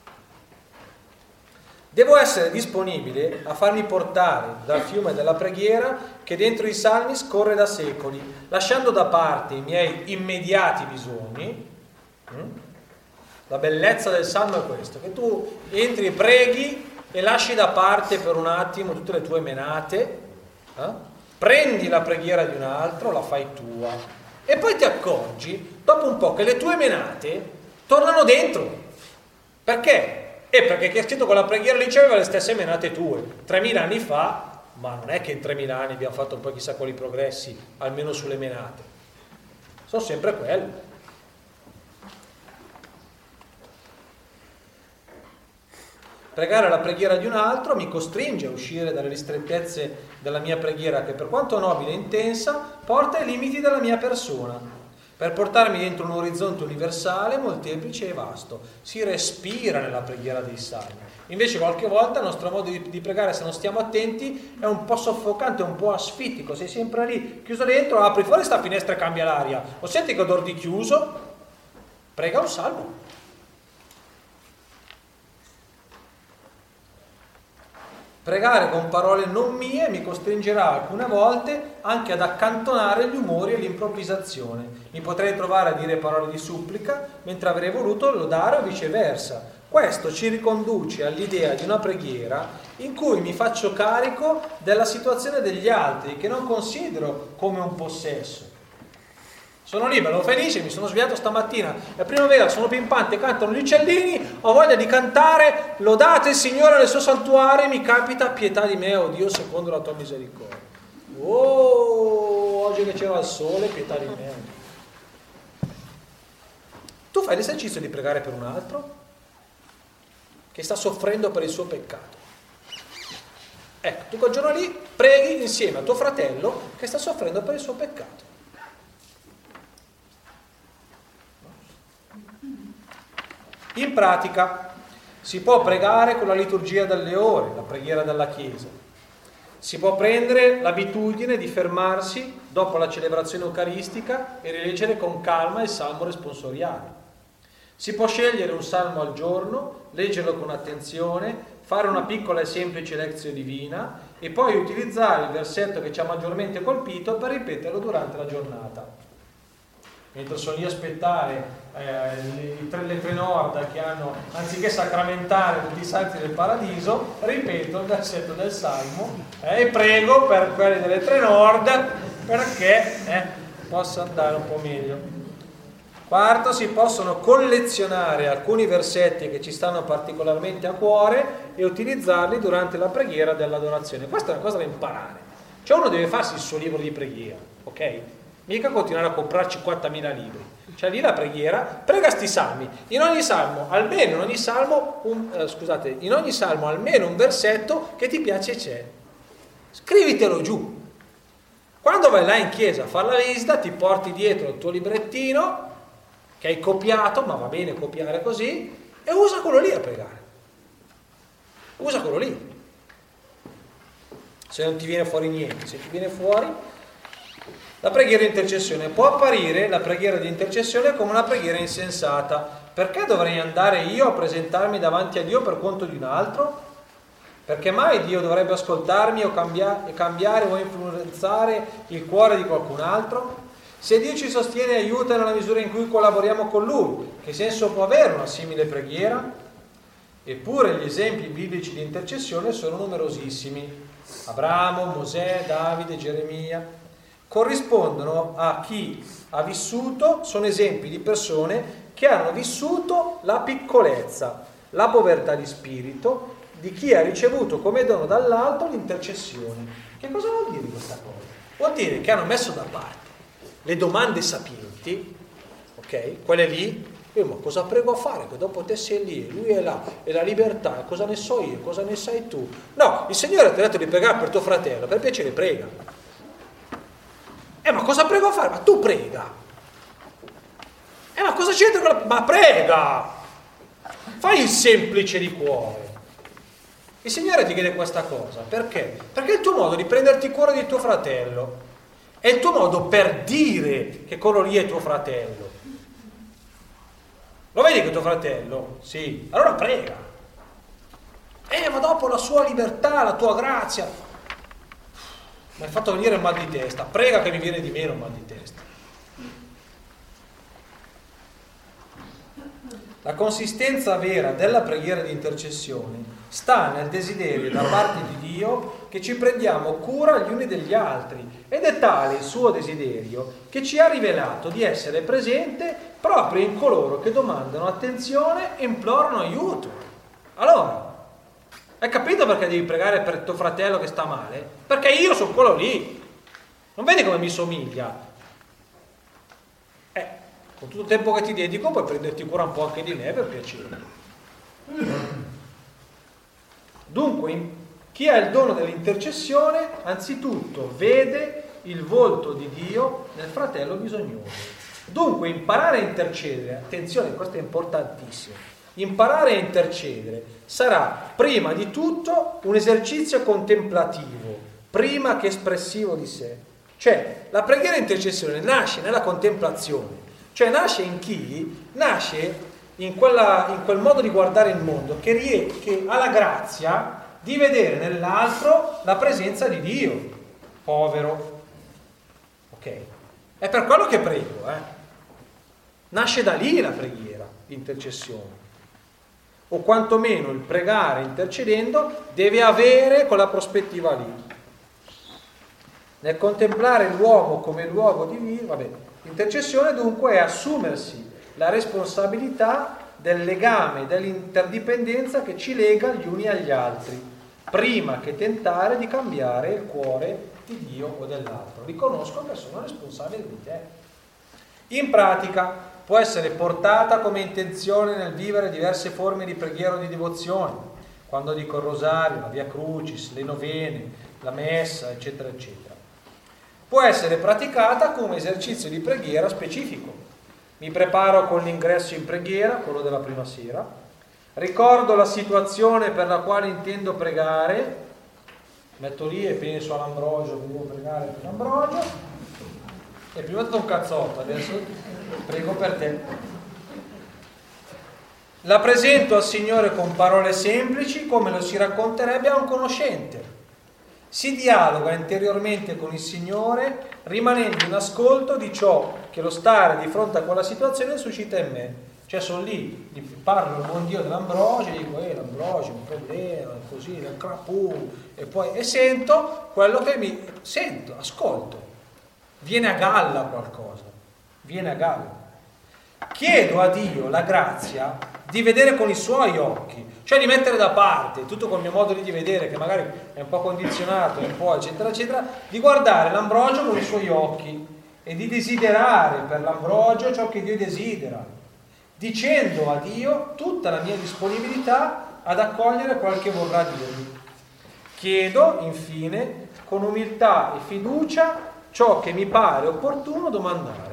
Devo essere disponibile a farmi portare dal fiume della preghiera che dentro i salmi scorre da secoli, lasciando da parte i miei immediati bisogni. La bellezza del salmo è questo, che tu entri e preghi e lasci da parte per un attimo tutte le tue menate, eh? Prendi la preghiera di un altro, la fai tua e poi ti accorgi dopo un po' che le tue menate tornano dentro. Perché? E perché chi ha scritto quella preghiera lì aveva le stesse menate tue tremila anni fa, ma non è che in tremila anni abbiamo fatto poi chissà quali progressi, almeno sulle menate, sono sempre quelle. Pregare la preghiera di un altro mi costringe a uscire dalle ristrettezze della mia preghiera, che per quanto nobile e intensa, porta ai limiti della mia persona, per portarmi dentro un orizzonte universale, molteplice e vasto. Si respira nella preghiera dei salmi. Invece qualche volta il nostro modo di, di pregare, se non stiamo attenti, è un po' soffocante, un po' asfittico. Sei sempre lì, chiuso dentro, apri fuori sta finestra e cambia l'aria. O senti che odor di chiuso? Prega un salmo. Pregare con parole non mie mi costringerà alcune volte anche ad accantonare gli umori e l'improvvisazione. Mi potrei trovare a dire parole di supplica mentre avrei voluto lodare o viceversa. Questo ci riconduce all'idea di una preghiera in cui mi faccio carico della situazione degli altri, che non considero come un possesso. Sono libero, felice, mi sono svegliato stamattina, è primavera, sono pimpante, cantano gli uccellini, ho voglia di cantare, lodate il Signore nel suo santuario, mi capita, pietà di me, oh Dio, secondo la tua misericordia. Oh, oggi che c'era il sole, pietà di me. Tu fai l'esercizio di pregare per un altro che sta soffrendo per il suo peccato. Ecco, tu quel giorno lì preghi insieme a tuo fratello che sta soffrendo per il suo peccato. In pratica si può pregare con la liturgia delle ore, la preghiera della Chiesa. Si può prendere l'abitudine di fermarsi dopo la celebrazione eucaristica e rileggere con calma il salmo responsoriale. Si può scegliere un salmo al giorno, leggerlo con attenzione, fare una piccola e semplice lezione divina e poi utilizzare il versetto che ci ha maggiormente colpito per ripeterlo durante la giornata. Mentre sono lì a aspettare eh, le, tre, le tre nord che hanno, anziché sacramentare tutti i santi del paradiso, ripeto il versetto del Salmo eh, e prego per quelli delle tre nord perché eh, possa andare un po' meglio. Quarto, si possono collezionare alcuni versetti che ci stanno particolarmente a cuore e utilizzarli durante la preghiera dell'adorazione. Questa è una cosa da imparare. Cioè uno deve farsi il suo libro di preghiera, ok? Mica continuare a comprare cinquantamila libri. Cioè lì la preghiera, prega sti salmi. In ogni salmo, almeno in ogni salmo, un, eh, scusate, in ogni salmo almeno un versetto che ti piace c'è. Scrivitelo giù. Quando vai là in chiesa a fare la visita, ti porti dietro il tuo librettino che hai copiato, ma va bene copiare così, e usa quello lì a pregare. Usa quello lì. Se non ti viene fuori niente, se ti viene fuori... La preghiera di intercessione. Può apparire la preghiera di intercessione come una preghiera insensata. Perché dovrei andare io a presentarmi davanti a Dio per conto di un altro? Perché mai Dio dovrebbe ascoltarmi o cambiare, cambiare o influenzare il cuore di qualcun altro? Se Dio ci sostiene e aiuta nella misura in cui collaboriamo con Lui, che senso può avere una simile preghiera? Eppure gli esempi biblici di intercessione sono numerosissimi. Abramo, Mosè, Davide, Geremia... corrispondono a chi ha vissuto, sono esempi di persone che hanno vissuto la piccolezza, la povertà di spirito di chi ha ricevuto come dono dall'alto l'intercessione. Che cosa vuol dire questa cosa? Vuol dire che hanno messo da parte le domande sapienti, ok? Quelle lì, eh, ma cosa prego a fare? Che dopo te sei lì, lui è là, e la libertà, cosa ne so io, cosa ne sai tu? No, il Signore ti ha detto di pregare per tuo fratello, per piacere prega. Eh, ma cosa prego a fare? Ma tu prega. Eh, ma cosa c'entra con la... Ma prega! Fai il semplice di cuore. Il Signore ti chiede questa cosa. Perché? Perché è il tuo modo di prenderti cura di tuo fratello. È il tuo modo per dire che quello lì è tuo fratello. Lo vedi che è tuo fratello? Sì. Allora prega. Eh, ma dopo la sua libertà, la tua grazia... mi hai fatto venire il mal di testa, prega che mi viene di meno il mal di testa. La consistenza vera della preghiera di intercessione sta nel desiderio da parte di Dio che ci prendiamo cura gli uni degli altri, ed è tale il suo desiderio che ci ha rivelato di essere presente proprio in coloro che domandano attenzione e implorano aiuto. Allora, hai capito perché devi pregare per tuo fratello che sta male? Perché io sono quello lì. Non vedi come mi somiglia? Eh, con tutto il tempo che ti dedico puoi prenderti cura un po' anche di me, per piacere. Dunque, chi ha il dono dell'intercessione, anzitutto vede il volto di Dio nel fratello bisognoso. Dunque, imparare a intercedere, attenzione, questo è importantissimo, imparare a intercedere sarà prima di tutto un esercizio contemplativo, prima che espressivo di sé. Cioè, la preghiera di intercessione nasce nella contemplazione, cioè nasce in chi? Nasce in, quella, in quel modo di guardare il mondo che, rie- che ha la grazia di vedere nell'altro la presenza di Dio, povero. Ok? È per quello che prego, eh? Nasce da lì la preghiera di intercessione. O quantomeno il pregare intercedendo deve avere quella prospettiva lì. Nel contemplare l'uomo come luogo divino, vabbè, l'intercessione dunque è assumersi la responsabilità del legame, dell'interdipendenza che ci lega gli uni agli altri, prima che tentare di cambiare il cuore di Dio o dell'altro. Riconosco che sono responsabile di te. In pratica può essere portata come intenzione nel vivere diverse forme di preghiera o di devozione, quando dico il rosario, la Via Crucis, le novene, la messa, eccetera, eccetera. Può essere praticata come esercizio di preghiera specifico. Mi preparo con l'ingresso in preghiera, quello della prima sera, ricordo la situazione per la quale intendo pregare, metto lì e penso all'Ambrogio, che devo pregare per l'Ambrogio, e prima ho detto un cazzotto, adesso prego per te. La presento al Signore con parole semplici, come lo si racconterebbe a un conoscente. Si dialoga interiormente con il Signore, rimanendo in ascolto di ciò che lo stare di fronte a quella situazione suscita in me. Cioè sono lì, gli parlo al buon Dio dell'Ambrogio, dico, eh, l'Ambrogio, un problema, così, nel crapù, e poi, e sento quello che mi, sento, ascolto. Viene a galla qualcosa, viene a galla. Chiedo a Dio la grazia di vedere con i suoi occhi, cioè di mettere da parte tutto col mio modo di vedere, che magari è un po' condizionato, un po' eccetera eccetera, di guardare l'Ambrogio con i suoi occhi e di desiderare per l'Ambrogio ciò che Dio desidera, dicendo a Dio tutta la mia disponibilità ad accogliere quel che vorrà dirmi. Chiedo, infine, con umiltà e fiducia ciò che mi pare opportuno domandare.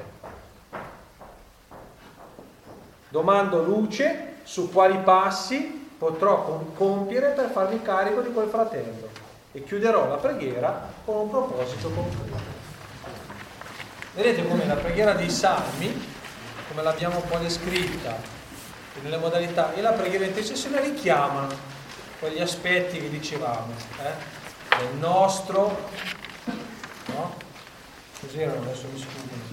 Domando luce su quali passi potrò compiere per farmi carico di quel fratello e chiuderò la preghiera con un proposito concreto. Vedete come la preghiera dei Salmi, come l'abbiamo un po' descritta nelle modalità, e la preghiera di intercessione richiamano quegli aspetti che dicevamo, eh? del nostro, no? Cos'erano adesso mi scuso,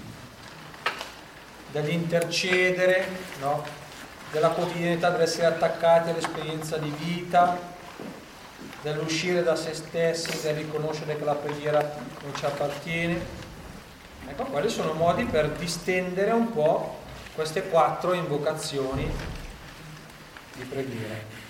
dell'intercedere, no? Della quotidianità, dell'essere attaccati all'esperienza di vita, dell'uscire da se stessi, del riconoscere che la preghiera non ci appartiene. Ecco, quelli sono modi per distendere un po' queste quattro invocazioni di preghiera.